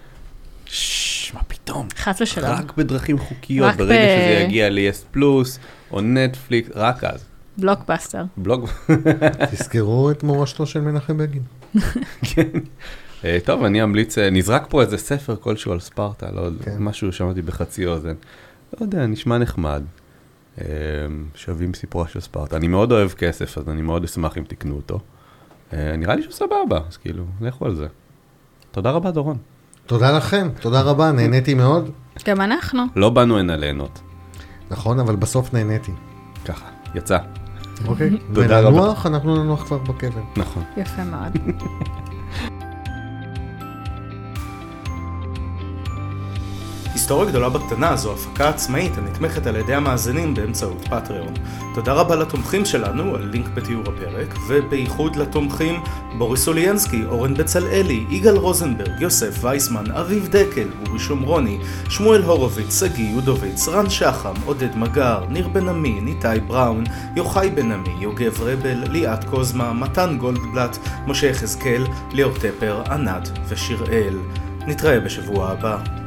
מה פתאום? חס ושלום. רק בדרכים חוקיות, ברגע שזה יגיע ל-YES פלוס, או נטפליקס, רק אז. בלוקבאסטר. תזכרו את מורשתו של מנחם בגין. כן. טוב, אני אמליץ, נזרק פה איזה ספר כלשהו על ספרטה, לא יודע, משהו שמעתי בחצי אוזן. לא יודע, נשמע נחמד. שווים סיפורה של ספרטה. אני מאוד אוהב כסף, אז אני מאוד אשמח אם תקנו אותו. נראה לי שהוא סבבה, אז כאילו, לכו על זה. תודה רבה, דורון. תודה לכם, תודה רבה, נהניתי מאוד. גם אנחנו. לא באנו הנה ליהנות. נכון, אבל בסוף נהניתי. ככה, יצא. אוקיי, ולנוח, אנחנו ננוח כבר בקבר. נכון. יפה מאוד. היסטוריה גדולה בקטנה זו הפקה עצמאית הנתמכת על ידי המאזינים באמצעות פטריון. תודה רבה לתומכים שלנו, על לינק בתיאור הפרק, ובייחוד לתומכים בוריס אוליינסקי, אורן בצלאלי, יגאל רוזנברג, יוסף וייסמן, אביב דקל, אורי שומרוני, שמואל הורוביץ, סגי יודוביץ, רן שחם, עודד מגר, ניר בן עמי, ניטאי בראון, יוחאי בן עמי, יוגב רבל, ליאת קוזמה, מתן גולדבלט, משה יחזקאל, ליאור טפר, ענת ושיראל. נתראה בשבוע הבא.